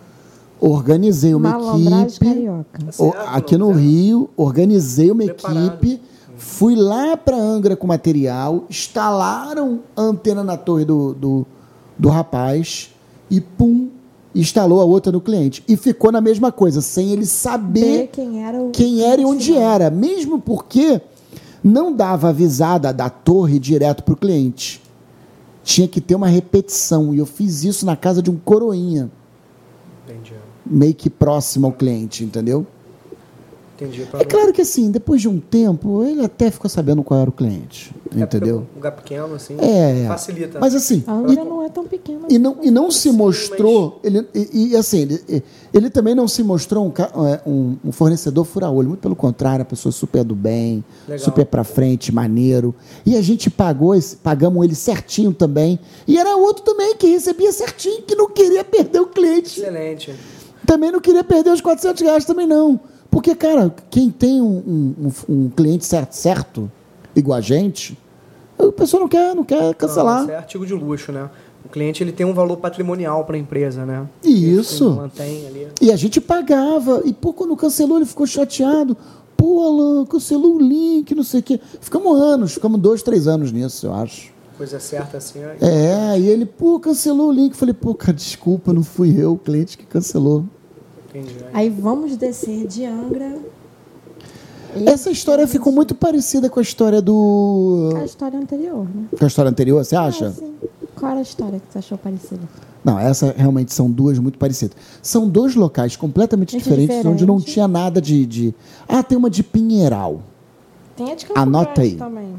organizei uma Malandragem equipe. carioca. Tá O- certo, aqui não, no certo. Rio, organizei uma Preparado. equipe, fui lá para Angra com material, instalaram a antena na torre do, do, do rapaz e pum, instalou a outra no cliente. E ficou na mesma coisa, sem ele Ver saber quem era o... quem era e onde era, mesmo porque não dava avisada da torre direto para o cliente. Tinha que ter uma repetição, e eu fiz isso na casa de um coroinha, Entendi. meio que próximo ao cliente, entendeu? Entendi. É claro que assim, depois de um tempo, ele até ficou sabendo qual era o cliente, entendeu? Um lugar pequeno, assim, É, facilita. mas assim, A e, Angra não é tão pequena. e não, e não se Sim, mostrou, ele, e, e, assim, ele, ele também não se mostrou um, ca- é, um, um fornecedor fura-olho, muito pelo contrário, a pessoa super do bem, Legal. super pra frente, maneiro, e a gente pagou, esse, pagamos ele certinho também, e era outro também que recebia certinho, que não queria perder o cliente, Excelente. também não queria perder os quatrocentos reais também não. Porque, cara, quem tem um, um, um- um cliente certo, certo, igual a gente, a pessoa não quer, não quer cancelar. Não, isso é artigo de luxo, né? O cliente ele tem um valor patrimonial para a empresa, né? Isso. Ele mantém ali. E a gente pagava. E, pô, quando cancelou, ele ficou chateado. Pô, Alan, cancelou o link, não sei o quê. Ficamos anos, ficamos dois, três anos nisso, eu acho. Coisa certa assim. ó. É, e ele, pô, cancelou o link. Eu falei, pô, cara, desculpa, não fui eu, o cliente que cancelou. Entendi. Aí vamos descer de Angra. E Essa história ficou muito parecida com a história do... a história anterior, né? Com a história anterior, você acha? Ah, sim. Qual era a história que você achou parecida? Não, essa realmente são duas muito parecidas. São dois locais completamente Gente diferentes, diferente. onde não tinha nada de, de... Ah, tem uma de Pinheiral. Tem a de Campo Anota Grande aí. também.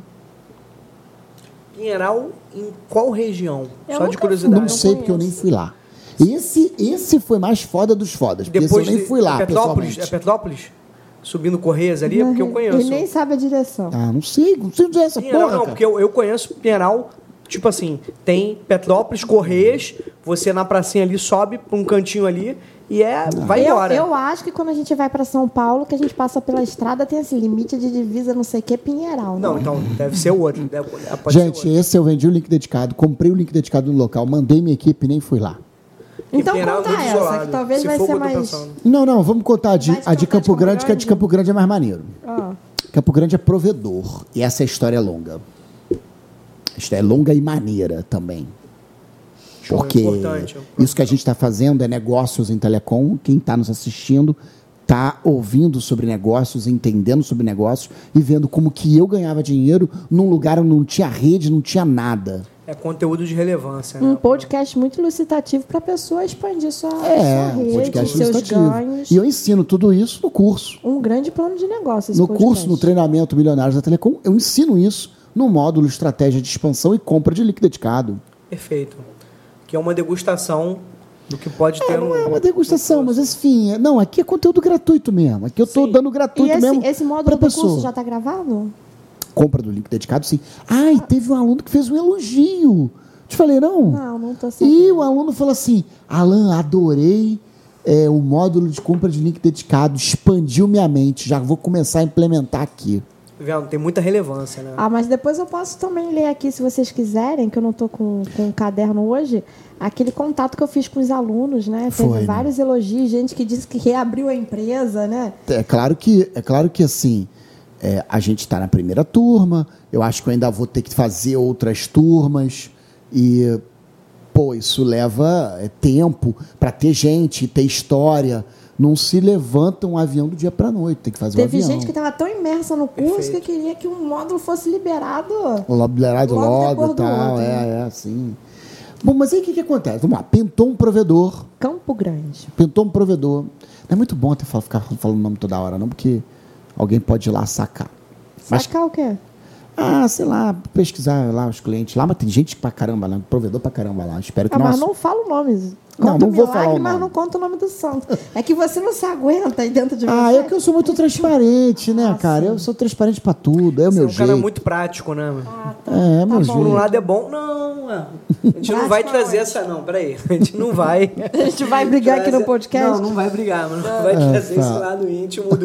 Pinheiral, em qual região? Eu Só de nunca curiosidade. Não sei, porque eu nem fui lá. Esse, esse foi mais foda dos fodas, porque Depois esse eu nem de- fui lá, é Petrópolis, pessoalmente. é Petrópolis? Subindo Correias ali, é porque eu conheço. Ele nem sabe a direção. Ah, não sei, não sei onde é essa Pinheiral, porra, não, cara. porque eu, eu conheço Pinheiral, tipo assim, tem Petrópolis, Correias, você na pracinha ali sobe pra um cantinho ali e é, vai eu, embora. eu acho que quando a gente vai pra São Paulo, que a gente passa pela estrada, tem esse limite de divisa, não sei o que, Pinheiral. Não, Né? então deve ser outro. Deve, pode Gente, ser outro. esse eu vendi o link dedicado, comprei o link dedicado no local, mandei minha equipe e nem fui lá. Então Pinheiral é conta muito essa, isolado. que talvez Se vai for ser o que eu tô mais... pensando. Não, não, vamos contar a de, Vai a de contar Campo de Campo Grande, que a de Grande? Campo Grande é mais maneiro. Ah, Campo Grande é provedor, e essa é a história longa. Isto é longa e maneira também. Show, Porque importante. isso que a gente está fazendo é negócios em telecom. Quem está nos assistindo está ouvindo sobre negócios, entendendo sobre negócios e vendo como que eu ganhava dinheiro num lugar onde não tinha rede, não tinha nada. É conteúdo de relevância, né? um podcast muito elucidativo para a pessoa expandir sua, É, sua um rede, podcast seus ilustrativo. ganhos. E eu ensino tudo isso no curso. Um grande plano de negócio. esse No podcast. curso, no treinamento Milionários da Telecom, eu ensino isso no módulo Estratégia de Expansão e Compra de Link Dedicado. Perfeito. Que é uma degustação do que pode ter É, não é no- uma degustação, mas enfim, é- não, aqui é conteúdo gratuito mesmo. Aqui eu estou Sim. dando E gratuito esse, mesmo esse módulo pra do pessoa. curso já está gravado? Compra do link dedicado, sim. Ah, e teve um aluno que fez um elogio. Te falei, não? Não, não estou sabendo. E o aluno falou assim, Alan, adorei é, o módulo de compra de link dedicado, expandiu minha mente, já vou começar a implementar aqui. Vendo? Tem muita relevância, né? Ah, mas depois eu posso também ler aqui, se vocês quiserem, que eu não estou com, com um caderno hoje, aquele contato que eu fiz com os alunos, né? Foi, Teve né? vários elogios, gente que disse que reabriu a empresa, né? É claro que, é claro que assim, é, a gente está na primeira turma, eu acho que eu ainda vou ter que fazer outras turmas e, pô, isso leva é, tempo para ter gente, ter história. Não se levanta um avião do dia para a noite, tem que fazer Teve um avião. gente que estava tão imersa no curso Perfeito. que queria que um módulo fosse liberado. Logo liberado Logo logo, depois e do tal, outro, é, é, assim. Bom, mas aí o que, que acontece? Vamos lá, pintou um provedor, Campo Grande. pintou um provedor. Não é muito bom até ficar falando o nome toda hora, não, porque alguém pode ir lá sacar. Mas- Sacar o quê? Ah, sei lá, pesquisar lá os clientes lá, mas tem gente pra caramba lá, provedor pra caramba lá. Espero que Ah, mas não. não fala o nome. Não, Conta não o vou milagre, falar o mas nome. não conta o nome do santo. É que você não se aguenta aí dentro de Ah, você. é que eu sou muito transparente, né, Ah, cara? sim. Eu sou transparente pra tudo, é o Você é meu um jeito. cara muito prático, né? mano? Ah, tá. É, é meu bom. Por um jeito. lado é bom. Não, é. a gente não vai Prático trazer aonde? essa, não. Peraí. A gente não vai. A gente vai brigar aqui no trazer- podcast? Não, não vai brigar, mano. Não vai É, trazer tá. esse lado íntimo do,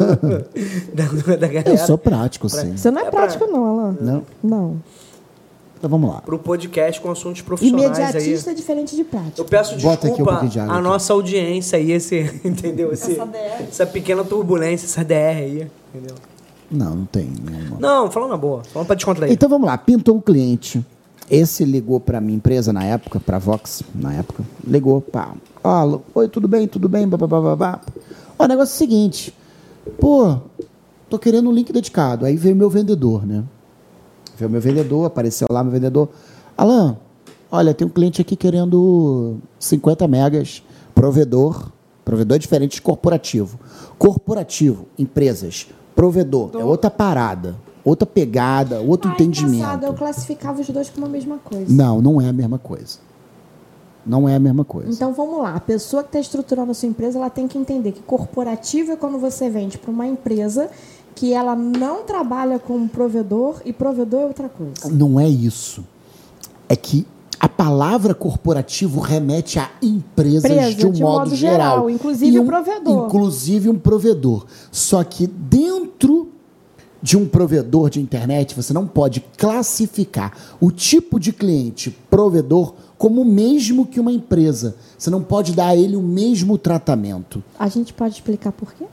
da, da galera. Eu sou prático, sim. Você não é, É pra- prático, não, Alan. Não? Não. Então vamos lá. Pro podcast com assuntos profissionais aí. Imediatista é diferente de Eu prático. peço Bota aqui um desculpa pouquinho de água à aqui. nossa audiência aí, esse, entendeu? Esse, Essa D R. essa pequena turbulência, essa D R aí, entendeu? Não, não tem nenhuma. Não, falando na boa, falando pra descontrair. Então vamos lá, pintou um cliente. Esse ligou para minha empresa na época, para Vox, na época. Ligou, pá. Ó, oi, tudo bem, tudo bem, babá. Ó, o negócio é o seguinte. Pô, tô querendo um link dedicado. Aí veio meu vendedor, né? Veio meu vendedor, apareceu lá meu vendedor. Alan, olha, tem um cliente aqui querendo cinquenta megas, provedor. Provedor é diferente de corporativo. Corporativo, empresas. Provedor, é outra parada. Outra pegada, outro Ah, entendimento. engraçado, eu classificava os dois como a mesma coisa. Não, não é a mesma coisa. Não é a mesma coisa. Então vamos lá, a pessoa que está estruturando a sua empresa, ela tem que entender que corporativo é quando você vende para uma empresa que ela não trabalha como provedor e provedor é outra coisa. Não é isso. É que a palavra corporativo remete a empresas Empresa, de um de modo, modo geral. geral, inclusive E o provedor. Inclusive um provedor. Só que dentro de um provedor de internet, você não pode classificar o tipo de cliente provedor como o mesmo que uma empresa. Você não pode dar a ele o mesmo tratamento. A gente pode explicar por quê?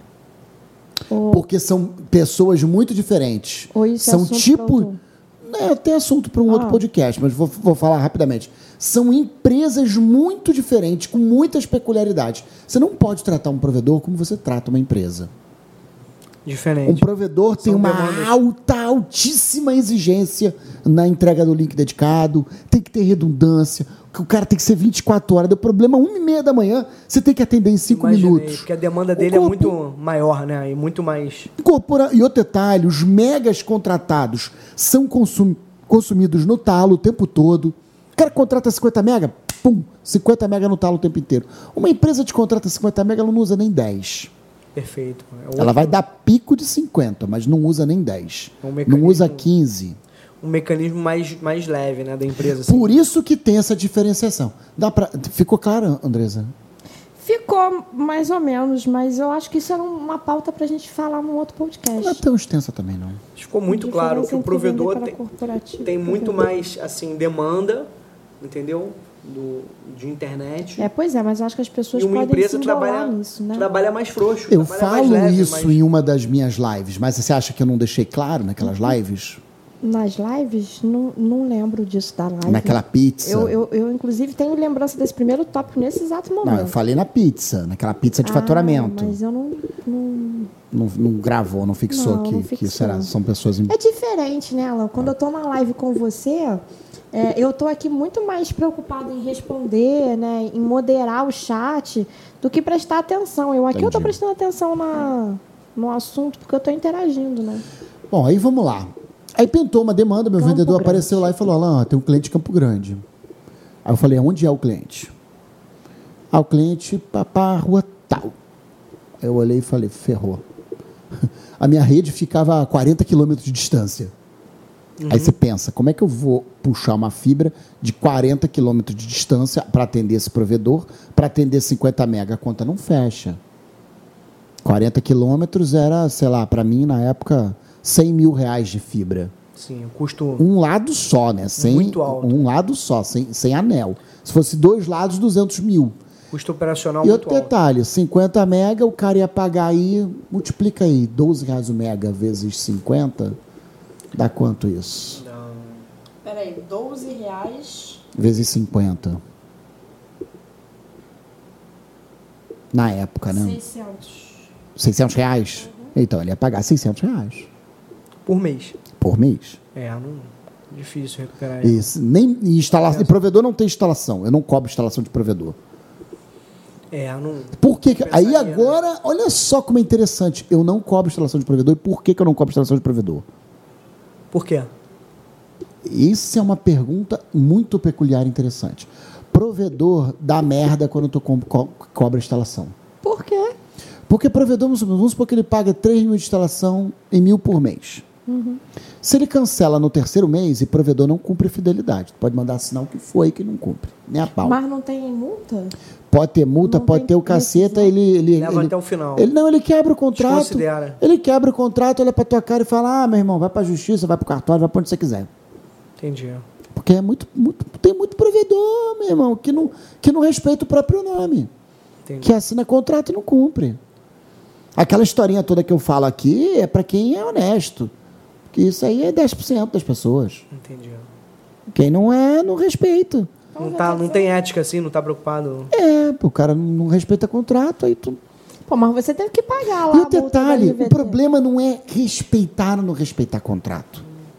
Ou, Porque são pessoas muito diferentes. ou isso é são assunto pra tipo. outro? É, tem assunto para um outro Ah. podcast, mas vou, vou falar rapidamente. São empresas muito diferentes, com muitas peculiaridades. Você não pode tratar um provedor como você trata uma empresa. Diferente. Um provedor tem São uma demandas. alta, altíssima exigência na entrega do link dedicado, tem que ter redundância, o cara tem que ser vinte e quatro horas, deu problema uma e meia da manhã, você tem que atender em cinco Imaginei, minutos. porque a demanda dele O é corpo- muito maior, né? E muito mais... Incorpora... E outro detalhe, os megas contratados são consum... consumidos no talo o tempo todo. O cara contrata cinquenta mega, pum, cinquenta mega no talo o tempo inteiro. Uma empresa te contrata cinquenta mega, ela não usa nem dez. Perfeito. É Ela outro- vai dar pico de cinquenta, mas não usa nem dez. É um Não mecanismo- usa quinze. um mecanismo mais, mais leve, né, da empresa. Assim. Por isso que tem essa diferenciação. Dá pra... Ficou claro, Andresa? Ficou mais ou menos, mas eu acho que isso era uma pauta pra gente falar num outro podcast. Não é tão extensa também, não. Ficou muito A claro diferença que o entre provedor vender tem, para corporativo tem e muito provedor. mais, assim, demanda, entendeu? Do, de internet. É, pois é, mas eu acho que as pessoas E uma podem empresa se embolar trabalha, nisso, né? trabalha mais frouxo. Eu trabalha mais falo leve, isso mais- em uma das minhas lives, mas você acha que eu não deixei claro naquelas lives? Nas lives, não, não lembro disso da live. Naquela pizza? Eu, eu, eu, inclusive, tenho lembrança desse primeiro tópico nesse exato momento. Não, eu falei na pizza, naquela pizza de Ah, faturamento. Mas eu não... não... Não, não gravou, não fixou Não, que, não que fixou. será, são pessoas... Em... É diferente, né, Alan? Quando eu tô na live com você, é, eu tô aqui muito mais preocupada em responder, né, em moderar o chat, do que prestar atenção. Eu aqui eu tô Entendi. prestando atenção na, no assunto, porque eu tô interagindo, né? Bom, aí vamos lá. Aí pintou uma demanda, meu Campo vendedor Grande. apareceu lá e falou, Alan, tem um cliente de Campo Grande. Aí eu falei, onde é o cliente? Ah, o cliente, para a rua tal. Aí eu olhei e falei, ferrou. A minha rede ficava a quarenta quilômetros de distância. Aí você pensa, como é que eu vou puxar uma fibra de quarenta quilômetros de distância para atender esse provedor, para atender cinquenta mega? A conta não fecha. quarenta quilômetros era, sei lá, para mim, na época, cem mil reais de fibra. Sim, o custo... Um lado só, né? Sem, Muito alto. Um lado só, sem, sem anel. Se fosse dois lados, duzentos mil. Custo operacional E muito outro alto. detalhe, cinquenta mega, o cara ia pagar aí, multiplica aí, doze reais o mega vezes cinquenta, dá quanto isso? Peraí, doze reais... Vezes cinquenta. Na época, né? seiscentos. seiscentos reais? Então, ele ia pagar seiscentos reais Por mês. por mês. É, não... difícil recuperar isso. Isso. Nem instalação. E provedor não tem instalação. Eu não cobro instalação de provedor. É, não... Por que? que- Aí Pensaria, agora, olha só como é interessante. Eu não cobro instalação de provedor. E por que, que eu não cobro instalação de provedor? Por quê? Isso é uma pergunta muito peculiar e interessante. Provedor dá merda quando tu co co cobra instalação. Por quê? Porque provedor, vamos vamos supor que ele paga três mil de instalação e mil por mês. Uhum. Se ele cancela no terceiro mês e provedor não cumpre fidelidade, tu pode mandar assinar o que foi que não cumpre. Nem a pau. Mas não tem multa? Pode ter multa, Não pode tem ter o caceta, ele, ele, Leva ele, até o final. ele não, ele quebra o contrato. Desconsidera. Ele quebra o contrato, olha pra tua cara e fala: ah, meu irmão, vai pra justiça, vai pro cartório, vai pra onde você quiser. Entendi. Porque é muito, muito, tem muito provedor, meu irmão, que não, que não respeita o próprio nome. Entendi. Que assina contrato e não cumpre. Aquela historinha toda que eu falo aqui é para quem é honesto. Que isso aí é dez por cento das pessoas. Entendi. Quem não é, não respeita. Não, tá, não tem ética assim, não tá preocupado. É, o cara não respeita contrato, aí tu... Pô, mas você teve que pagar lá E a o multa detalhe, da L V T. o problema não é respeitar ou não respeitar contrato.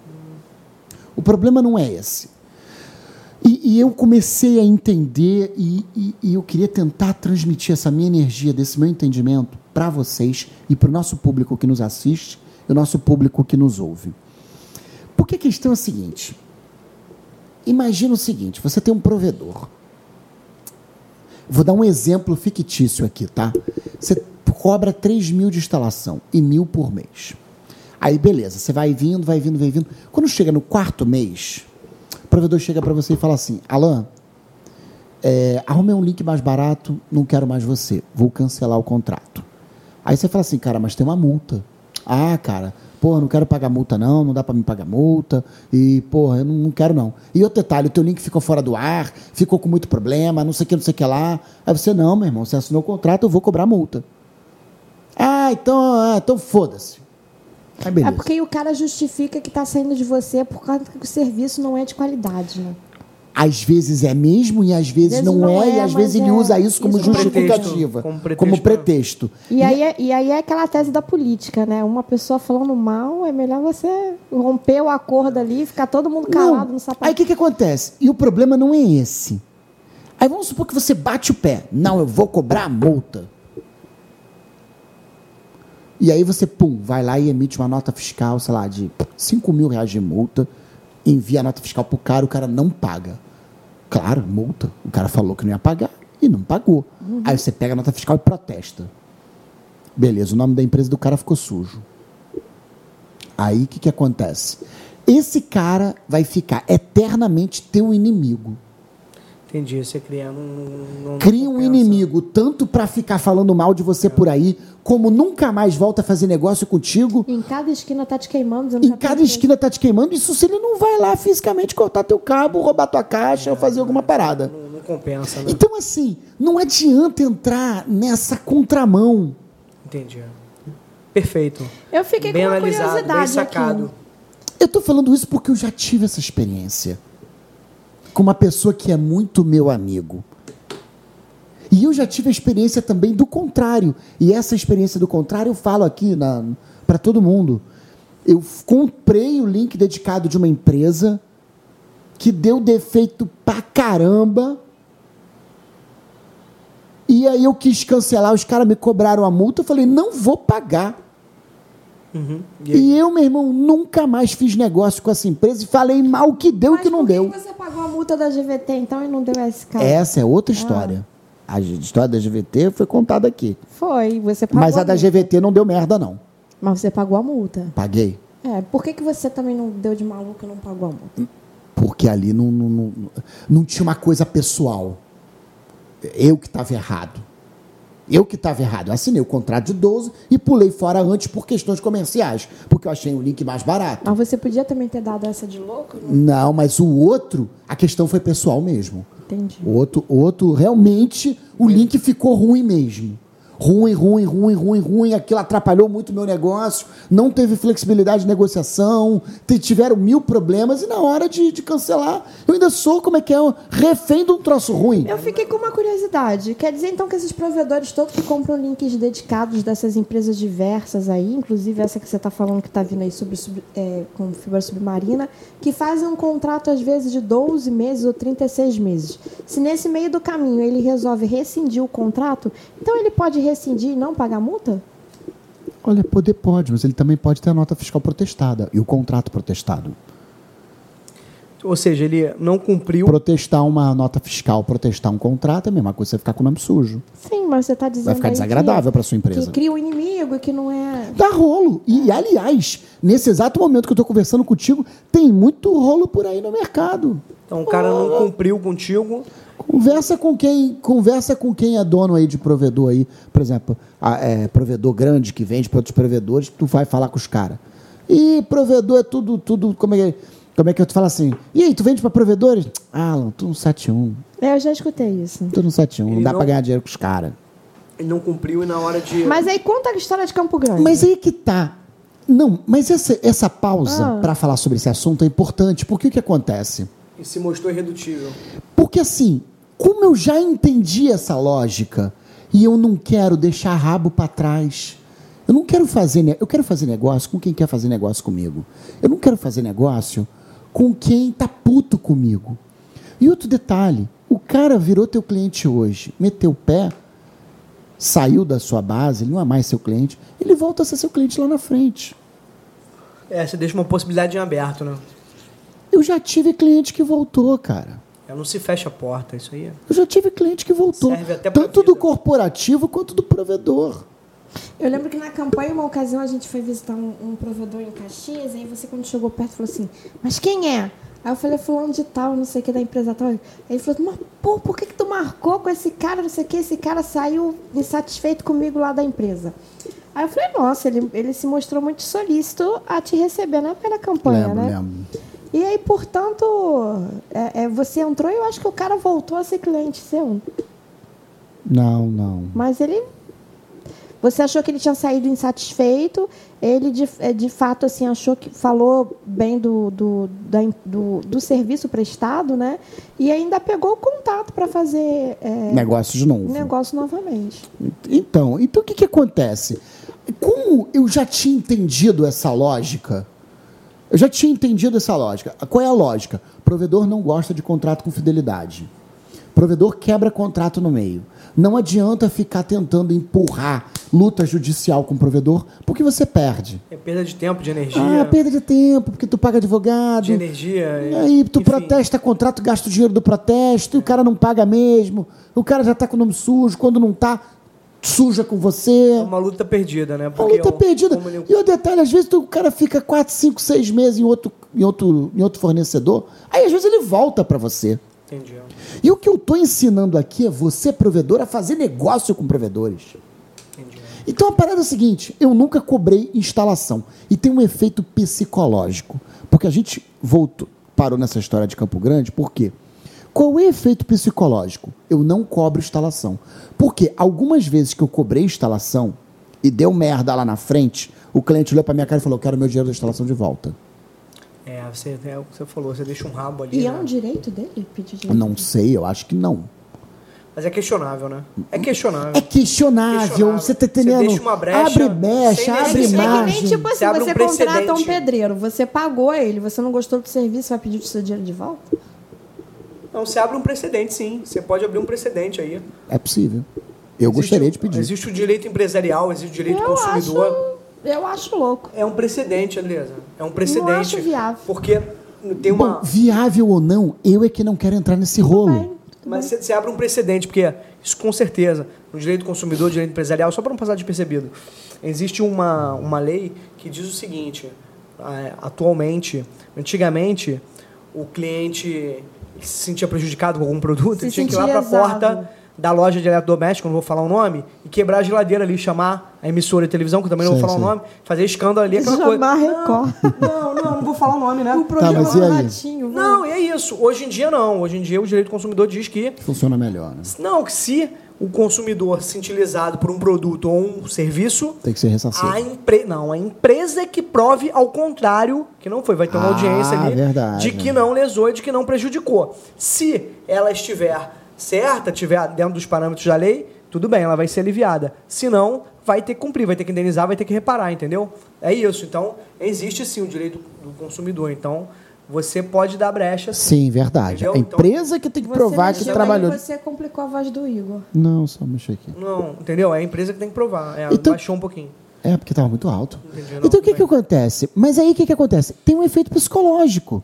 O problema não é esse. E, e eu comecei a entender e, e, e eu queria tentar transmitir essa minha energia, desse meu entendimento para vocês e para o nosso público que nos assiste e o nosso público que nos ouve. Porque a questão é a seguinte. Imagina o seguinte, você tem um provedor. Vou dar um exemplo fictício aqui, tá? Você cobra três mil de instalação e mil por mês. Aí, beleza, você vai vindo, vai vindo, vai vindo. Quando chega no quarto mês, o provedor chega para você e fala assim: Alan, é, arrumei um link mais barato, não quero mais você, vou cancelar o contrato. Aí você fala assim: cara, mas tem uma multa. Ah, cara, porra, não quero pagar multa não, não dá para me pagar multa, e, porra, eu não, não quero não. E outro detalhe, o teu link ficou fora do ar, ficou com muito problema, não sei o que, não sei o que lá. Aí você: não, meu irmão, você assinou o contrato, eu vou cobrar multa. Ah, então, ah, então foda-se. Aí, beleza. É porque o cara justifica que tá saindo de você por causa que o serviço não é de qualidade, né? Às vezes é mesmo e às vezes, Às vezes não, não é, é, e às mas vezes ele é. usa isso como Isso como justificativa, pretexto, como como pretexto. pretexto. E aí, é, e aí é aquela tese da política, né? Uma pessoa falando mal, é melhor você romper o acordo ali e ficar todo mundo calado Não. no sapato. Aí o que, que acontece? E o problema não é esse. Aí vamos supor que você bate o pé. Não, eu vou cobrar a multa. E aí você, pum, vai lá e emite uma nota fiscal, sei lá, de cinco mil reais de multa, envia a nota fiscal pro cara, o cara não paga. Claro, multa. O cara falou que não ia pagar e não pagou. Uhum. Aí você pega a nota fiscal e protesta. Beleza, o nome da empresa do cara ficou sujo. Aí o que, que acontece? Esse cara vai ficar eternamente teu inimigo. Entendi, você cria um... Não, Cria um inimigo, tanto para ficar falando mal de você é. por aí, como nunca mais volta a fazer negócio contigo. Em cada esquina tá te queimando. Em cada esquina tá te queimando. Isso se ele não vai lá fisicamente cortar teu cabo, roubar tua caixa é, ou fazer alguma parada. Não, não compensa, né? Então, assim, não adianta entrar nessa contramão. Entendi. Perfeito. Eu fiquei bem com uma analisado, curiosidade bem sacado. aqui. Eu tô falando isso porque eu já tive essa experiência com uma pessoa que é muito meu amigo. E eu já tive a experiência também do contrário. E essa experiência do contrário eu falo aqui para todo mundo. Eu comprei o link dedicado de uma empresa que deu defeito pra caramba. E aí eu quis cancelar, os caras me cobraram a multa, eu falei, não vou pagar. Uhum. E, e eu, meu irmão, nunca mais fiz negócio com essa empresa e falei mal o que deu e o que não deu. Mas por que você pagou a multa da G V T, então, e não deu esse caso? Essa é outra história. Ah. A história da G V T foi contada aqui. Foi, você pagou Mas a, a da G V T não deu merda, não. Mas você pagou a multa. Paguei. É, por que, que você também não deu de maluco e não pagou a multa? Porque ali não, não, não, não tinha uma coisa pessoal. Eu que estava errado. Eu que estava errado. Eu assinei o contrato de doze e pulei fora antes por questões comerciais. Porque eu achei o link mais barato. Mas você podia também ter dado essa de louco? Não, não mas o outro, a questão foi pessoal mesmo. Entendi. O outro, o outro realmente, o link ficou ruim mesmo. Ruim, ruim, ruim, ruim, ruim. Aquilo atrapalhou muito o meu negócio. Não teve flexibilidade de negociação. Tiveram mil problemas. E na hora de, de cancelar, eu ainda sou, como é que é, refém de um troço ruim. Eu fiquei com uma curiosidade. Quer dizer, então, que esses provedores todos que compram links dedicados dessas empresas diversas aí, inclusive essa que você está falando que está vindo aí sobre, sub, é, com fibra submarina, que fazem um contrato, às vezes, de doze meses ou trinta e seis meses. Se nesse meio do caminho ele resolve rescindir o contrato, então ele pode rescindir e não pagar multa? Olha, poder pode, mas ele também pode ter a nota fiscal protestada e o contrato protestado. Ou seja, ele não cumpriu... Protestar uma nota fiscal, protestar um contrato é a mesma coisa que você ficar com o nome sujo. Sim, mas você está dizendo vai ficar desagradável para sua empresa. Que cria um inimigo e que não é... Dá rolo. E, aliás, nesse exato momento que eu estou conversando contigo, tem muito rolo por aí no mercado. Então o cara não cumpriu contigo... Conversa com quem, conversa com quem é dono aí de provedor aí, por exemplo, a, é, provedor grande que vende para outros provedores, tu vai falar com os caras. E provedor é tudo, tudo, como é, como é que eu te falo assim? E aí, tu vende para provedores? Ah, Alan, tu no sete um. É, eu já escutei isso. Tu no sete um, não dá não... para ganhar dinheiro com os caras. Ele não cumpriu e na hora de... Mas aí conta a história de Campo Grande. Mas aí que tá. Não, mas essa, essa pausa ah. para falar sobre esse assunto é importante, porque o que acontece? E se mostrou irredutível. Porque assim, como eu já entendi essa lógica e eu não quero deixar rabo para trás, eu não quero fazer, eu quero fazer negócio com quem quer fazer negócio comigo. Eu não quero fazer negócio com quem tá puto comigo. E outro detalhe, o cara virou teu cliente hoje, meteu o pé, saiu da sua base, ele não é mais seu cliente, ele volta a ser seu cliente lá na frente. É, você deixa uma possibilidade em aberto, né? Eu já tive cliente que voltou, cara. Não se fecha a porta, isso aí. Eu já tive cliente que voltou, Serve até pra tanto vida. do corporativo quanto do provedor. Eu lembro que na campanha, uma ocasião, a gente foi visitar um, um provedor em Caxias, e aí você, quando chegou perto, falou assim, mas quem é? Aí eu falei, fulano de tal, não sei o que, da empresa tal. Aí ele falou, mas pô, por que que tu marcou com esse cara, não sei o que, esse cara saiu insatisfeito comigo lá da empresa. Aí eu falei, nossa, ele, ele se mostrou muito solícito a te receber na época da campanha, lembro, né? lembro. E aí, portanto, é, é, você entrou e eu acho que o cara voltou a ser cliente seu. Não, não. Mas ele... Você achou que ele tinha saído insatisfeito, ele de, de fato assim, achou que falou bem do, do, da, do, do serviço prestado, né? E ainda pegou o contato para fazer é, negócio de novo. negócio novamente. Então, então o que, que acontece? Como eu já tinha entendido essa lógica, eu já tinha entendido essa lógica. Qual é a lógica? O provedor não gosta de contrato com fidelidade. O provedor quebra contrato no meio. Não adianta ficar tentando empurrar luta judicial com o provedor, porque você perde. É perda de tempo, de energia. Ah, perda de tempo, porque tu paga advogado. De energia. E aí tu enfim. protesta contrato, gasta o dinheiro do protesto, e o cara não paga mesmo. O cara já tá com o nome sujo, quando não tá, suja com você. É uma luta perdida, né? Uma luta é um, perdida. como ele- E o detalhe, às vezes tu- o cara fica quatro, cinco, seis meses em outro, em outro, em outro fornecedor, aí às vezes ele volta para você. Entendi. E o que eu estou ensinando aqui é você, provedor, a fazer negócio com provedores. Entendi. Então a parada é a seguinte, eu nunca cobrei instalação. E tem um efeito psicológico. Porque a gente voltou, parou nessa história de Campo Grande, por quê? Qual é o efeito psicológico? Eu não cobro instalação. Porque algumas vezes que eu cobrei instalação e deu merda lá na frente, o cliente olhou para minha cara e falou, eu quero meu dinheiro da instalação de volta. É, você, é o que você falou, você deixa um rabo ali. E é né? um direito dele pedir Eu dinheiro? não sei, eu acho que não. Mas é questionável, né? É questionável. É questionável, Questionável. você tá Você entendendo? deixa uma brecha abre brecha, sem abre É que, é que margem. nem tipo assim, Você abre você um contrata um precedente. pedreiro, você pagou ele, você não gostou do serviço, vai pedir o seu dinheiro de volta? Não, você abre um precedente, sim. Você pode abrir um precedente aí. É possível. Eu Existe gostaria o- de pedir. Existe o direito empresarial, existe o direito Eu consumidor. acho, eu acho louco. É um precedente, Andresa. É um precedente. Não acho viável. Porque tem uma... Bom, viável ou não, eu é que não quero entrar nesse rolo. Bem, Mas você, você abre um precedente, porque isso com certeza, no direito do consumidor, direito empresarial, só para não passar despercebido, existe uma, uma lei que diz o seguinte, ah, atualmente, antigamente, o cliente se sentia prejudicado com algum produto, Se ele tinha que ir lá para a sentia exado. porta da loja de eletrodoméstico, não vou falar o nome, e quebrar a geladeira ali, chamar a emissora de televisão, que eu também não Sei, vou falar sei. o nome, fazer escândalo ali, aquela coisa. Chamar a Record. Não, não, não vou falar o nome, né? O programa mas e aí? do Ratinho. vai. Não, e é isso. Hoje em dia não. Hoje em dia o direito do consumidor diz que Funciona melhor, né? não, que se o consumidor se sentir lesado por um produto ou um serviço, Tem que ser ressarcido. a empre... não, a empresa é que prove ao contrário, que não foi, vai ter uma Ah, audiência ali, verdade. de que não lesou e de que não prejudicou. Se ela estiver certa, estiver dentro dos parâmetros da lei, tudo bem, ela vai ser aliviada. Se não, vai ter que cumprir, vai ter que indenizar, vai ter que reparar, entendeu? É isso. Então, existe sim o direito do consumidor. Então, você pode dar brecha. Sim, verdade. Entendeu? A empresa que tem que Você provar que mexeu trabalhou. aí, Você complicou a voz do Igor. Não, só mexer aqui. Não, entendeu? É a empresa que tem que provar. É, Então- baixou um pouquinho. É, porque estava muito alto. Entendi, não, Então o que, tudo que bem. acontece? Mas aí o que, que acontece? Tem um efeito psicológico.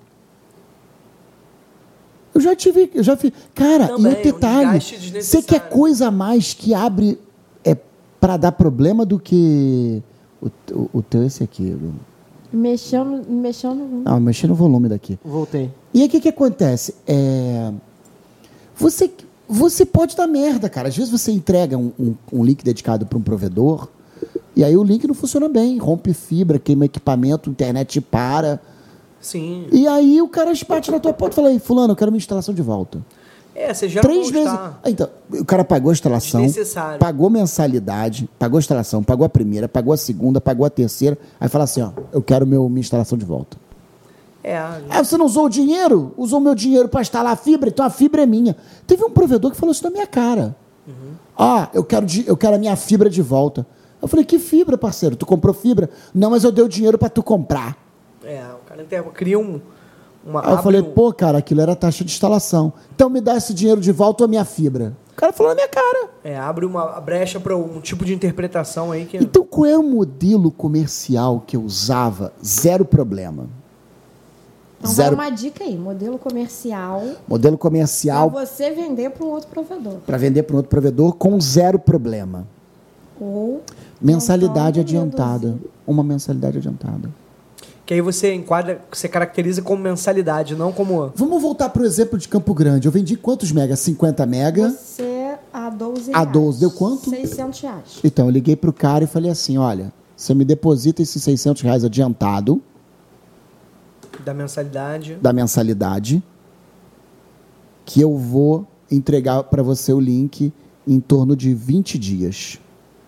Eu já tive, eu já fiz. Cara, Também, e o detalhe, um desgaste você desnecessário. quer coisa a mais que abre é para dar problema do que o, o, o teu esse aqui. Mexeu no... Mexeu no... Não, mexer no volume daqui. Voltei. E aí o que, que acontece? É, você, você pode dar merda, cara. Às vezes você entrega um, um, um link dedicado para um provedor e aí o link não funciona bem, rompe fibra, queima equipamento, a internet para. Sim. E aí o cara bate na tua porta e fala, aí, fulano, eu quero minha instalação de volta. É, você já Três vezes. Ah, então, o cara pagou a instalação, Desnecessário. pagou mensalidade, pagou a instalação, pagou a primeira, pagou a segunda, pagou a terceira, aí fala assim, ó, eu quero meu, minha instalação de volta. É, Ah, você não usou o dinheiro? Usou meu dinheiro para instalar a fibra, então a fibra é minha. Teve um provedor que falou isso na minha cara. Uhum. Ah, eu quero, de- eu quero a minha fibra de volta. Eu falei, que fibra, parceiro? Tu comprou fibra? Não, mas eu dei o dinheiro para tu comprar. é, o cara inter- cria um... Uma, Aí eu abre falei, um- pô, cara, aquilo era taxa de instalação. Então me dá esse dinheiro de volta ou a minha fibra. O cara falou na minha cara. É, abre uma brecha para um tipo de interpretação aí que... Então qual era o modelo comercial que eu usava? Zero problema. Então Zero. vai uma dica aí, modelo comercial Modelo para comercial você vender para um outro provedor. para vender para um outro provedor com zero problema. Ou Mensalidade Então, adiantada. reduzir. Uma mensalidade adiantada. Que aí você enquadra, você caracteriza como mensalidade, não como... Vamos voltar para o exemplo de Campo Grande. Eu vendi quantos megas? cinquenta mega. você a doze A reais. doze, deu quanto? seiscentos reais. Então, eu liguei para o cara e falei assim, olha, você me deposita esses seiscentos reais adiantado Da mensalidade. da mensalidade que eu vou entregar para você o link em torno de vinte dias.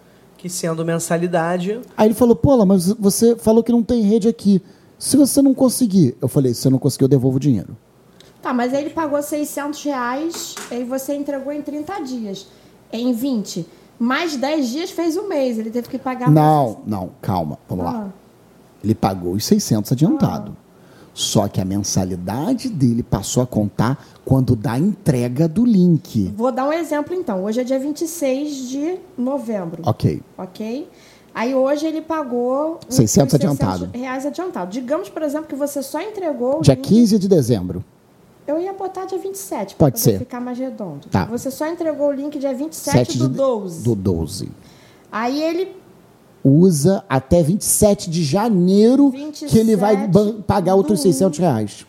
que sendo mensalidade... Aí ele falou, pô, mas você falou que não tem rede aqui. Se você não conseguir... Eu falei, se você não conseguir, eu devolvo o dinheiro. Tá, mas aí ele pagou seiscentos reais e você entregou em trinta dias. Em vinte. Mais dez dias fez um mês. Ele teve que pagar... Não, mais... não, calma. Vamos ah. lá. Ele pagou os seiscentos adiantado. Ah. Só que a mensalidade dele passou a contar quando dá a entrega do link. Vou dar um exemplo, então. Hoje é dia vinte e seis de novembro. Ok. Ok? Aí hoje ele pagou... seiscentos adiantado. Reais adiantado. Digamos, por exemplo, que você só entregou... Dia link... quinze de dezembro. Eu ia botar dia vinte e sete. Pode pra ser. ficar mais redondo. Tá. Você só entregou o link dia vinte e sete do doze. Do doze. Aí ele... Usa até vinte e sete de janeiro vinte e sete que ele vai pagar outros seiscentos reais.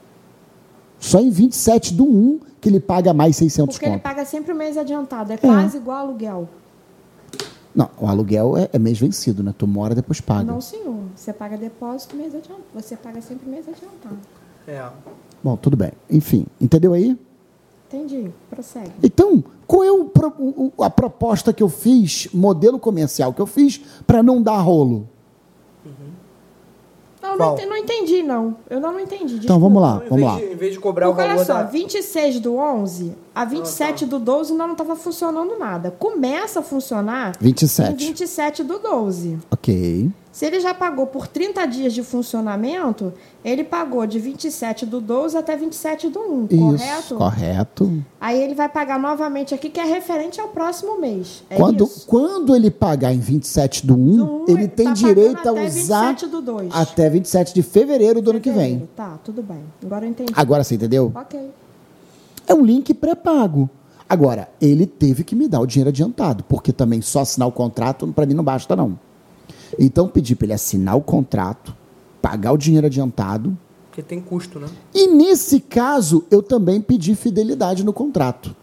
Só em vinte e sete do um que ele paga mais seiscentos Porque conto. ele paga sempre o mês adiantado. É quase é. igual aluguel. Não, o aluguel é, é mês vencido, né? Tu mora, depois paga. Não, senhor. Você paga depósito, mês adiantado. Você paga sempre mês adiantado. É. Bom, tudo bem. Enfim, entendeu aí? Entendi. Prossegue. Então, qual é o, o, a proposta que eu fiz, modelo comercial que eu fiz, para não dar rolo? Uhum. Não, não entendi, não entendi, não. Eu não, não entendi. Desculpa. Então, vamos lá, Então, vamos em lá. De, em vez de cobrar Porque, o valor olha só, da... vinte e seis do onze a vinte e sete do doze ainda não estava funcionando nada. Começa a funcionar vinte e sete. em vinte e sete do doze. Ok. Se ele já pagou por trinta dias de funcionamento, ele pagou de vinte e sete do doze até vinte e sete do um, Isso, correto? correto. Aí ele vai pagar novamente aqui, que é referente ao próximo mês. É quando, isso? quando ele pagar em vinte e sete do um, do um ele tem tá direito a usar vinte e sete do dois. Até vinte e sete de fevereiro do fevereiro. ano que vem. Tá, tudo bem. Agora eu entendi. Agora você entendeu? Ok. É um link pré-pago. Agora, ele teve que me dar o dinheiro adiantado, porque também só assinar o contrato, para mim, não basta, não. Então, pedi para ele assinar o contrato, pagar o dinheiro adiantado. Porque tem custo, né? E, nesse caso, eu também pedi fidelidade no contrato.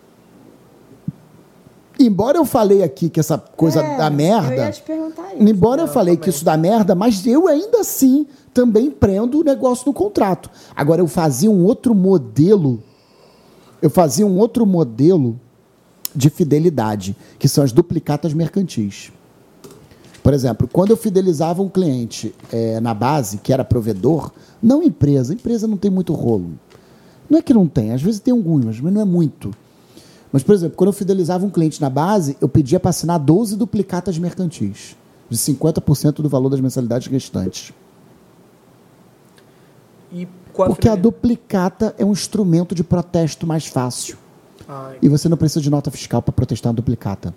Embora eu falei aqui que essa coisa é, da merda... Eu ia te perguntar isso. Embora eu, eu falei também. que isso dá merda, mas eu ainda assim também prendo o negócio no contrato. Agora, eu fazia um outro modelo... Eu fazia um outro modelo de fidelidade, que são as duplicatas mercantis. Por exemplo, quando eu fidelizava um cliente é, na base, que era provedor, não empresa, empresa não tem muito rolo. Não é que não tem, às vezes tem alguns, mas não é muito. Mas, por exemplo, quando eu fidelizava um cliente na base, eu pedia para assinar doze duplicatas mercantis, de cinquenta por cento do valor das mensalidades restantes. E qual Porque a, a duplicata é um instrumento de protesto mais fácil. Ai. E você não precisa de nota fiscal para protestar uma duplicata.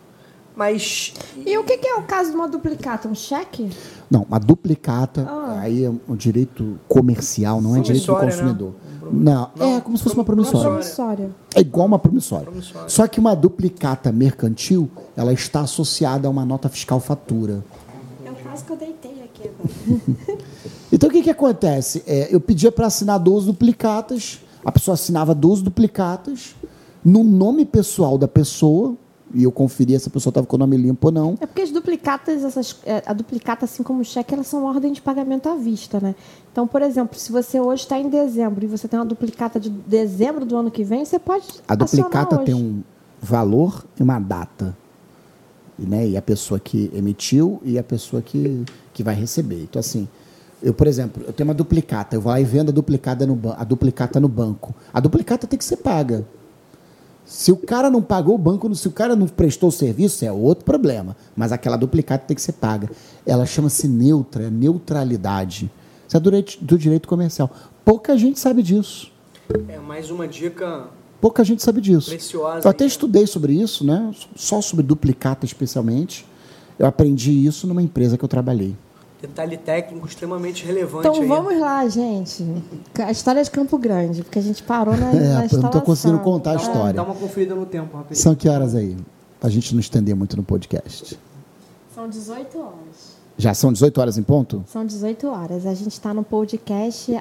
Mas... E o que é o caso de uma duplicata? Um cheque? Não, uma duplicata, ah. aí é um direito comercial, não é direito do consumidor. Né? Não, não, é como se fosse uma promissória. promissória. É igual uma promissória. promissória. Só que uma duplicata mercantil, ela está associada a uma nota fiscal fatura. É o caso que eu deitei aqui agora. Então, o que, que acontece? É, eu pedia para assinar doze duplicatas, a pessoa assinava doze duplicatas, no nome pessoal da pessoa, e eu conferia se a pessoa estava com o nome limpo ou não. É porque as duplicatas, essas, a duplicata, assim como o cheque, elas são ordem de pagamento à vista, né? Então, por exemplo, se você hoje está em dezembro e você tem uma duplicata de dezembro do ano que vem, você pode A duplicata hoje. tem um valor e uma data. Né? E a pessoa que emitiu e a pessoa que, que vai receber. Então, assim, eu, por exemplo, eu tenho uma duplicata, eu vou lá e vendo a duplicata no, a duplicata no banco. A duplicata tem que ser paga. Se o cara não pagou o banco, se o cara não prestou o serviço, é outro problema. Mas aquela duplicata tem que ser paga. Ela chama-se neutra, é neutralidade. Isso é do direito, do direito comercial. Pouca gente sabe disso. É mais uma dica... Pouca gente sabe disso. Preciosa. Eu até aí, estudei sobre isso, né? Só sobre duplicata especialmente. Eu aprendi isso numa empresa que eu trabalhei. Detalhe técnico extremamente relevante. Então aí. vamos lá, gente. A história de Campo Grande, porque a gente parou na, É, na eu não instalação. estou conseguindo contar a Dá, história. dá uma conferida no tempo, rapidinho. São que horas aí? Pra gente não estender muito no podcast. São dezoito horas. Já são dezoito horas em ponto? São dezoito horas. A gente está no podcast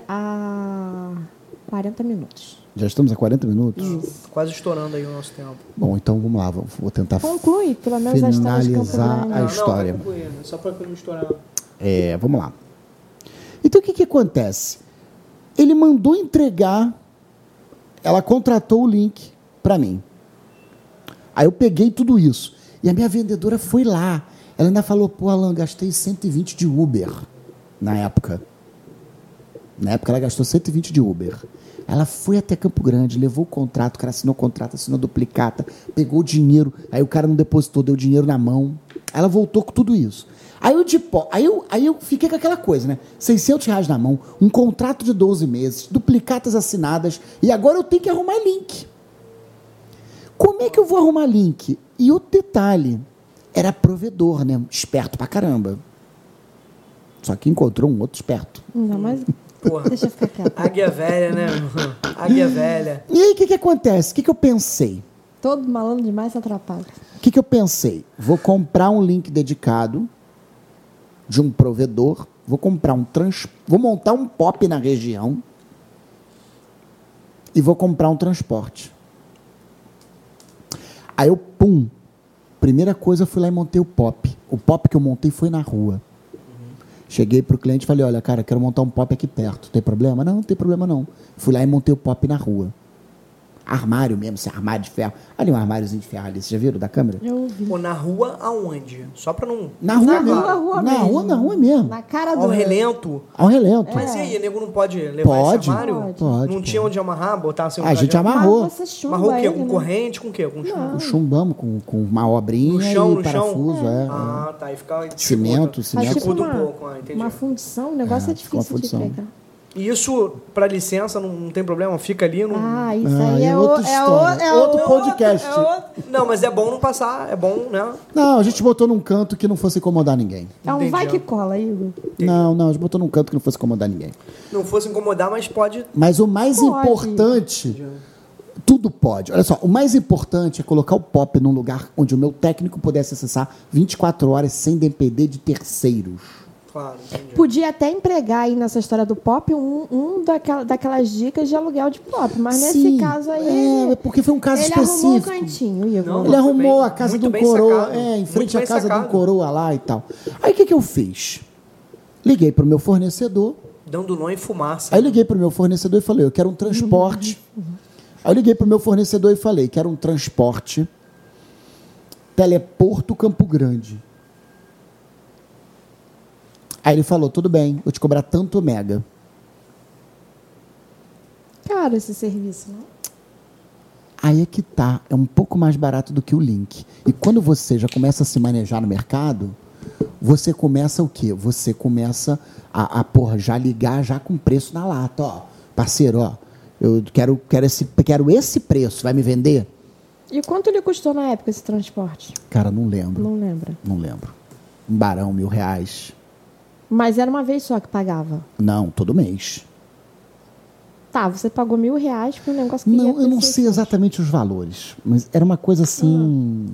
há quarenta minutos. Já estamos a quarenta minutos? Isso. Quase estourando aí o nosso tempo. Bom, então vamos lá. Vou, vou tentar Conclui, pelo menos a história de Campo finalizar Grande. a Não, história. Não, vai concluir, né? Só para não estourar. É, vamos lá. Então, o que, que acontece? Ele mandou entregar, ela contratou o link para mim. Aí eu peguei tudo isso. E a minha vendedora foi lá. Ela ainda falou, pô, Alan, gastei cento e vinte de Uber na época. Na época ela gastou cento e vinte de Uber. Ela foi até Campo Grande, levou o contrato, o cara assinou o contrato, assinou duplicata, pegou o dinheiro, aí o cara não depositou, deu dinheiro na mão. Ela voltou com tudo isso. Aí eu, de, aí, eu, aí eu fiquei com aquela coisa, né? seiscentos reais na mão, um contrato de doze meses, duplicatas assinadas, e agora eu tenho que arrumar link. Como é que eu vou arrumar link? E o detalhe, era provedor, né? Esperto pra caramba. Só que encontrou um outro esperto. Não, mas... Porra. Deixa eu ficar quieto. Águia velha, né? Águia velha. E aí, o que que acontece? O que que eu pensei? Todo malandro demais se atrapalha. O que que eu pensei? Vou comprar um link dedicado de um provedor, vou comprar um trans... vou montar um P O P na região e vou comprar um transporte. Aí eu, pum, primeira coisa, eu fui lá e montei o P O P. O P O P que eu montei foi na rua. Cheguei pro cliente e falei, olha, cara, quero montar um P O P aqui perto. Tem problema? Não, não tem problema não. Fui lá e montei o P O P na rua. Armário mesmo, esse armário de ferro. Ali um armáriozinho de ferro ali, vocês já viram da câmera? Eu ouvi. Pô, na rua aonde? Só pra não... Na rua Na mesmo. rua, rua na mesmo. rua, na rua mesmo. Na cara do... Ao relento. Ao relento. Mas e aí, nego não pode levar Pode, esse armário? pode, pode, Não tinha pode. onde amarrar, botar assim... um A gente cadeado? amarrou. Mas você chumba Amarrou o quê? ele, Com né? corrente? Com o quê? Com chumbo? Chumbamos com, com uma obrinha No chão, e no parafuso, chão? é. Ah, tá. Aí fica... Cimento, Faz cimento. tipo Dificulta uma, um pouco, ah, entendi. uma fundição, o negócio é, É, fica uma difícil de fundição. pegar. E isso, pra licença, não, não tem problema? Fica ali... Não... Ah, isso Ah, aí é é, outra o, é, o, história. é Outro o- podcast. É outro, Não, mas é bom não passar, é bom, né? Não, a gente botou num canto que não fosse incomodar ninguém. é um Entendi, vai ó. que cola, Igor. Não, não, a gente botou num canto que não fosse incomodar ninguém. Não fosse incomodar, mas pode... Mas o mais Pode. importante, tudo pode. Olha só, o mais importante é colocar o P O P num lugar onde o meu técnico pudesse acessar vinte e quatro horas sem depender de terceiros. Claro, entendi. Podia até empregar aí nessa história do pop um, um daquela, daquelas dicas de aluguel de pop, mas nesse Sim, caso aí. é, ele, porque foi um caso ele específico. arrumou um cantinho, Igor. Não, Ele Foi arrumou bem- a casa muito de um bem coroa, sacado. é, em Muito frente à bem casa de um sacado. coroa lá e tal. Aí o que, que eu fiz? Liguei para o meu fornecedor. Dando nó e fumaça. Aí eu liguei para o meu fornecedor e falei, eu quero um transporte. Aí eu liguei para o meu fornecedor e falei, quero um transporte Teleporto Campo Grande. Aí ele falou, tudo bem, vou te cobrar tanto mega. Caro esse serviço, não? Aí é que tá, é um pouco mais barato do que o link. E quando você já começa a se manejar no mercado, você começa o quê? Você começa a, a porra, já ligar já com preço na lata, ó. Parceiro, ó, eu quero, quero, esse, quero esse preço, vai me vender? E quanto lhe custou na época esse transporte? Cara, não lembro, Não lembra. não lembro. Um barão, mil reais. Mas era uma vez só que pagava. Não, todo mês. Tá, você pagou mil reais por um negócio que ia Não, ter eu não sei seiscentos. exatamente os valores, mas era uma coisa assim...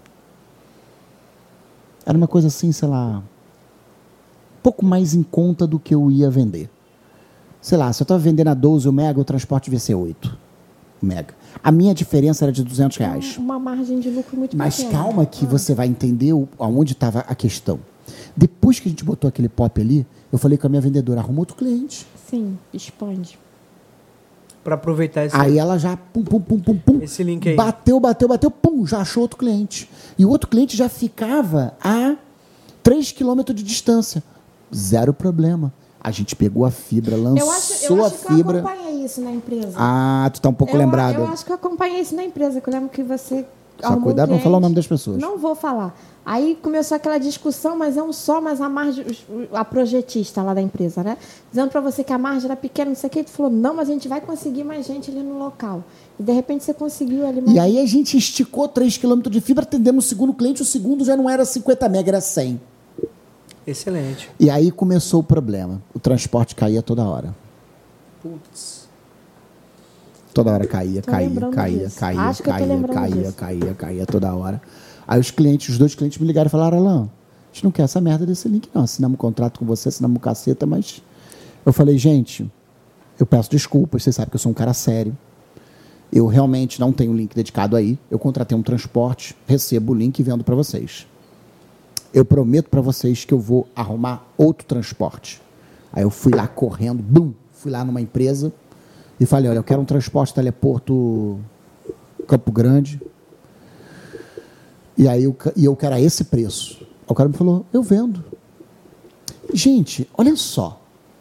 Era uma coisa assim, sei lá... Um pouco mais em conta do que eu ia vender. Sei lá, se eu estava vendendo a doze o mega, o transporte devia ser oito mega. A minha diferença era de duzentos reais. Uma margem de lucro muito Mas pequena. calma que Ah. você vai entender o- aonde estava a questão. Depois que a gente botou aquele pop ali, eu falei com a minha vendedora, arruma outro cliente. Sim, expande. Pra aproveitar esse... Aí ela já, pum, pum, pum, pum, pum, Esse link aí. bateu, bateu, bateu, pum, já achou outro cliente. E o outro cliente já ficava a três quilômetros de distância. Zero problema. A gente pegou a fibra, lançou Eu acho, eu a acho que eu fibra. acompanhei isso na empresa. Ah, tu tá um pouco eu, lembrado. Eu acho que eu acompanhei isso na empresa, que eu lembro que você... Só arrumou um cuidado pra não cliente. falar o nome das pessoas. Não vou falar. Aí começou aquela discussão, mas é um só, mas a margem, a projetista lá da empresa, né? Dizendo pra você que a margem era pequena, não sei o que. Ele falou, não, mas a gente vai conseguir mais gente ali no local. E de repente você conseguiu ali mais... E aí a gente esticou três quilômetros de fibra, atendemos o segundo cliente, o segundo já não era cinquenta mega, era cem. Excelente. E aí começou o problema. O transporte caía toda hora. Putz. Toda hora caía, Tô caía, lembrando caía, disso. caía, Acho que eu tô caía, lembrando caía, disso. caía, caía toda hora. Aí os clientes, os dois clientes me ligaram e falaram, Alan, a gente não quer essa merda desse link não. Assinamos um contrato com você, assinamos um caceta, mas... Eu falei, gente, eu peço desculpas, vocês sabem que eu sou um cara sério. Eu realmente não tenho um link dedicado aí. Eu contratei um transporte, recebo o link e vendo para vocês. Eu prometo para vocês que eu vou arrumar outro transporte. Aí eu fui lá correndo, bum, fui lá numa empresa e falei, olha, eu quero um transporte Teleporto Campo Grande. E aí eu, e eu quero esse preço. Aí o cara me falou, eu vendo. Gente, olha só.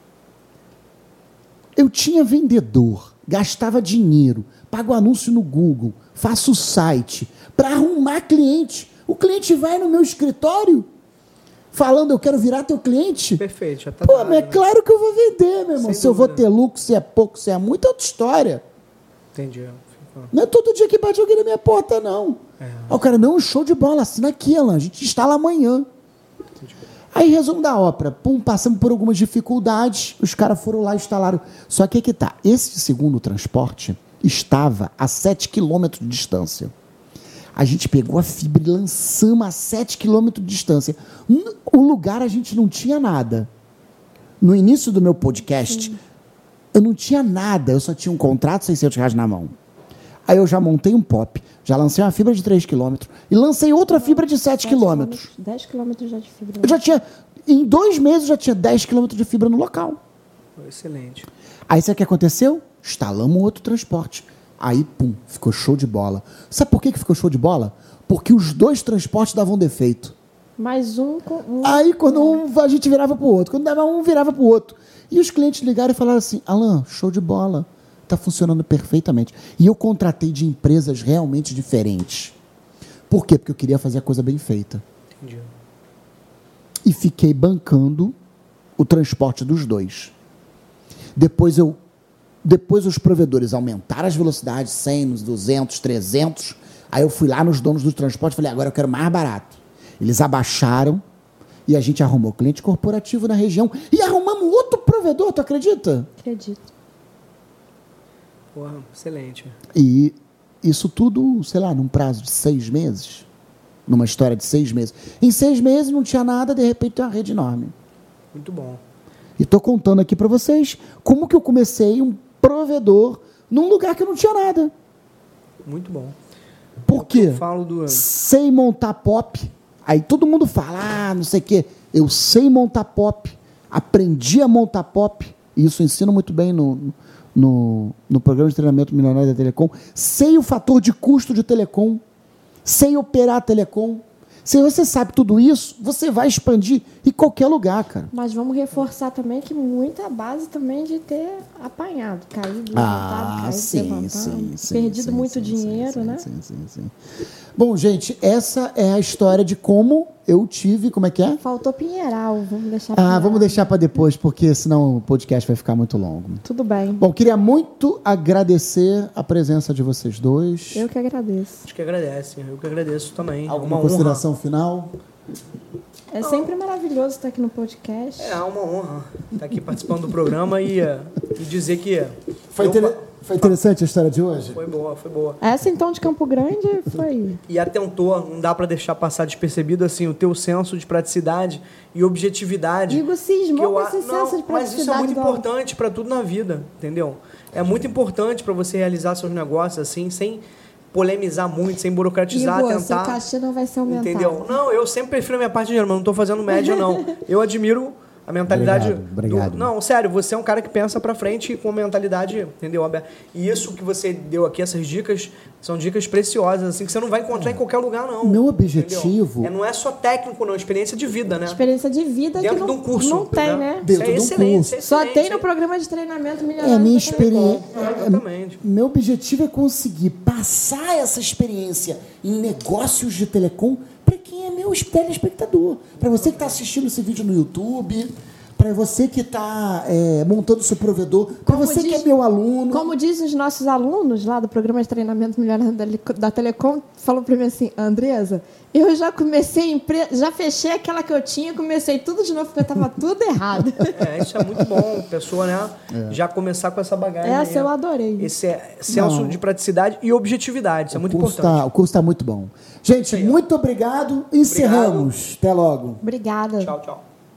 Eu tinha vendedor, gastava dinheiro, pago anúncio no Google, faço site para arrumar cliente. O cliente vai no meu escritório falando, eu quero virar teu cliente. Perfeito, já tá Pô, dado, mas é né? claro que eu vou vender, meu irmão. Sem se eu vou dúvida. ter lucro, se é pouco, se é muito, é outra história. Entendi. Não é todo dia que bate alguém na minha porta, não. É. Aí o cara, não, show de bola, assina aqui, Alan, a gente instala amanhã. Aí, resumo da ópera, pum, passamos por algumas dificuldades, os caras foram lá e instalaram. Só que aí que tá, esse segundo transporte estava a sete quilômetros de distância. A gente pegou a fibra e lançamos a sete quilômetros de distância. O lugar a gente não tinha nada. No início do meu podcast, Sim. eu não tinha nada, eu só tinha um contrato de seiscentos reais na mão. Aí eu já montei um pop, já lancei uma fibra de três quilômetros e lancei outra fibra de sete quilômetros. dez quilômetros já de fibra. Eu já tinha, em dois meses eu já tinha dez quilômetros de fibra no local. Excelente. Aí sabe o que aconteceu? Instalamos um outro transporte. Aí, pum, ficou show de bola. Sabe por que que ficou show de bola? Porque os dois transportes davam defeito. Mais um com um. Aí quando um, a gente virava pro outro. Quando dava um, virava pro outro. E os clientes ligaram e falaram assim, Alan, show de bola. Está funcionando perfeitamente. E eu contratei de empresas realmente diferentes. Por quê? Porque eu queria fazer a coisa bem feita. Entendi. E fiquei bancando o transporte dos dois. Depois eu, depois os provedores aumentaram as velocidades, cem, duzentos, trezentos. Aí eu fui lá nos donos do transporte e falei, agora eu quero mais barato. Eles abaixaram e a gente arrumou cliente corporativo na região e arrumamos outro provedor, tu acredita? Acredito. Porra, excelente. E isso tudo, sei lá, num prazo de seis meses, numa história de seis meses. Em seis meses não tinha nada, de repente tem uma rede enorme. Muito bom. E estou contando aqui para vocês como que eu comecei um provedor num lugar que eu não tinha nada. Muito bom. Por quê? Eu falo do... Sei montar pop. Aí todo mundo fala, ah, não sei o quê. Eu sei montar pop. Aprendi a montar pop. E isso eu ensino muito bem no... No, no programa de treinamento milionário da Telecom, sei o fator de custo de telecom, sei operar a telecom. Se você sabe tudo isso, você vai expandir em qualquer lugar, cara. Mas vamos reforçar também que muita base também de ter apanhado, caído, levantado, Ah, caído, sim, levantado, sim, sim. perdido sim, muito sim, dinheiro, sim, né? Sim, sim, sim. Bom, gente, essa é a história de como eu tive, como é que é? Faltou Pinheiral, vamos deixar Ah, Pinheiral. vamos deixar para depois, porque senão o podcast vai ficar muito longo. Tudo bem. Bom, queria muito agradecer a presença de vocês dois. Eu que agradeço. Acho que agradece. Eu que agradeço também. Alguma uma consideração honra. final? É sempre maravilhoso estar aqui no podcast. É uma honra estar aqui participando do programa e, e dizer que... Foi, eu- inter... Foi interessante a história de hoje? Foi boa, foi boa. Essa, então, de Campo Grande foi... E atentou, não dá pra deixar passar despercebido assim o teu senso de praticidade e objetividade. Igor cismou que eu com a- esse não, senso de mas isso é praticidade muito do- importante pra tudo na vida, entendeu? É muito importante pra você realizar seus negócios assim, sem polemizar muito, sem burocratizar, Igor, seu tentar. cachê não vai ser aumentado. Entendeu? Não, eu sempre prefiro a minha parte de dinheiro, mas não tô fazendo média, não. Eu admiro a mentalidade. Obrigado, obrigado. Do... Não, sério, você é um cara que pensa pra frente com a mentalidade, entendeu? aberta. E isso que você deu aqui, essas dicas, são dicas preciosas, assim, que você não vai encontrar em qualquer lugar, não. Meu objetivo- entendeu? É, não é só técnico, não, é experiência de vida, né? Experiência de vida Dentro que não, de um curso. não tem, né? Dentro Isso é de um excelente, curso. isso é Só excelente, tem no hein? programa de treinamento milionário. É a minha da experiência. Exatamente. Meu objetivo é conseguir passar essa experiência em negócios de telecom para quem é meu telespectador. Para você que está assistindo esse vídeo no YouTube, para você que está é, montando seu provedor, para Como você diz- que é meu aluno. Como dizem os nossos alunos lá do programa de treinamento milionário da, da Telecom, falou para mim assim, Andresa, eu já comecei empresa, já fechei aquela que eu tinha, comecei tudo de novo porque estava tudo errado. É, isso é muito bom, pessoa, né? Já começar com essa bagagem. Essa aí, eu adorei. Esse é senso Não. de praticidade e objetividade, isso é muito o curso importante. tá- o curso está muito bom. Gente, muito obrigado. Encerramos. Até logo. Obrigada. Tchau, tchau.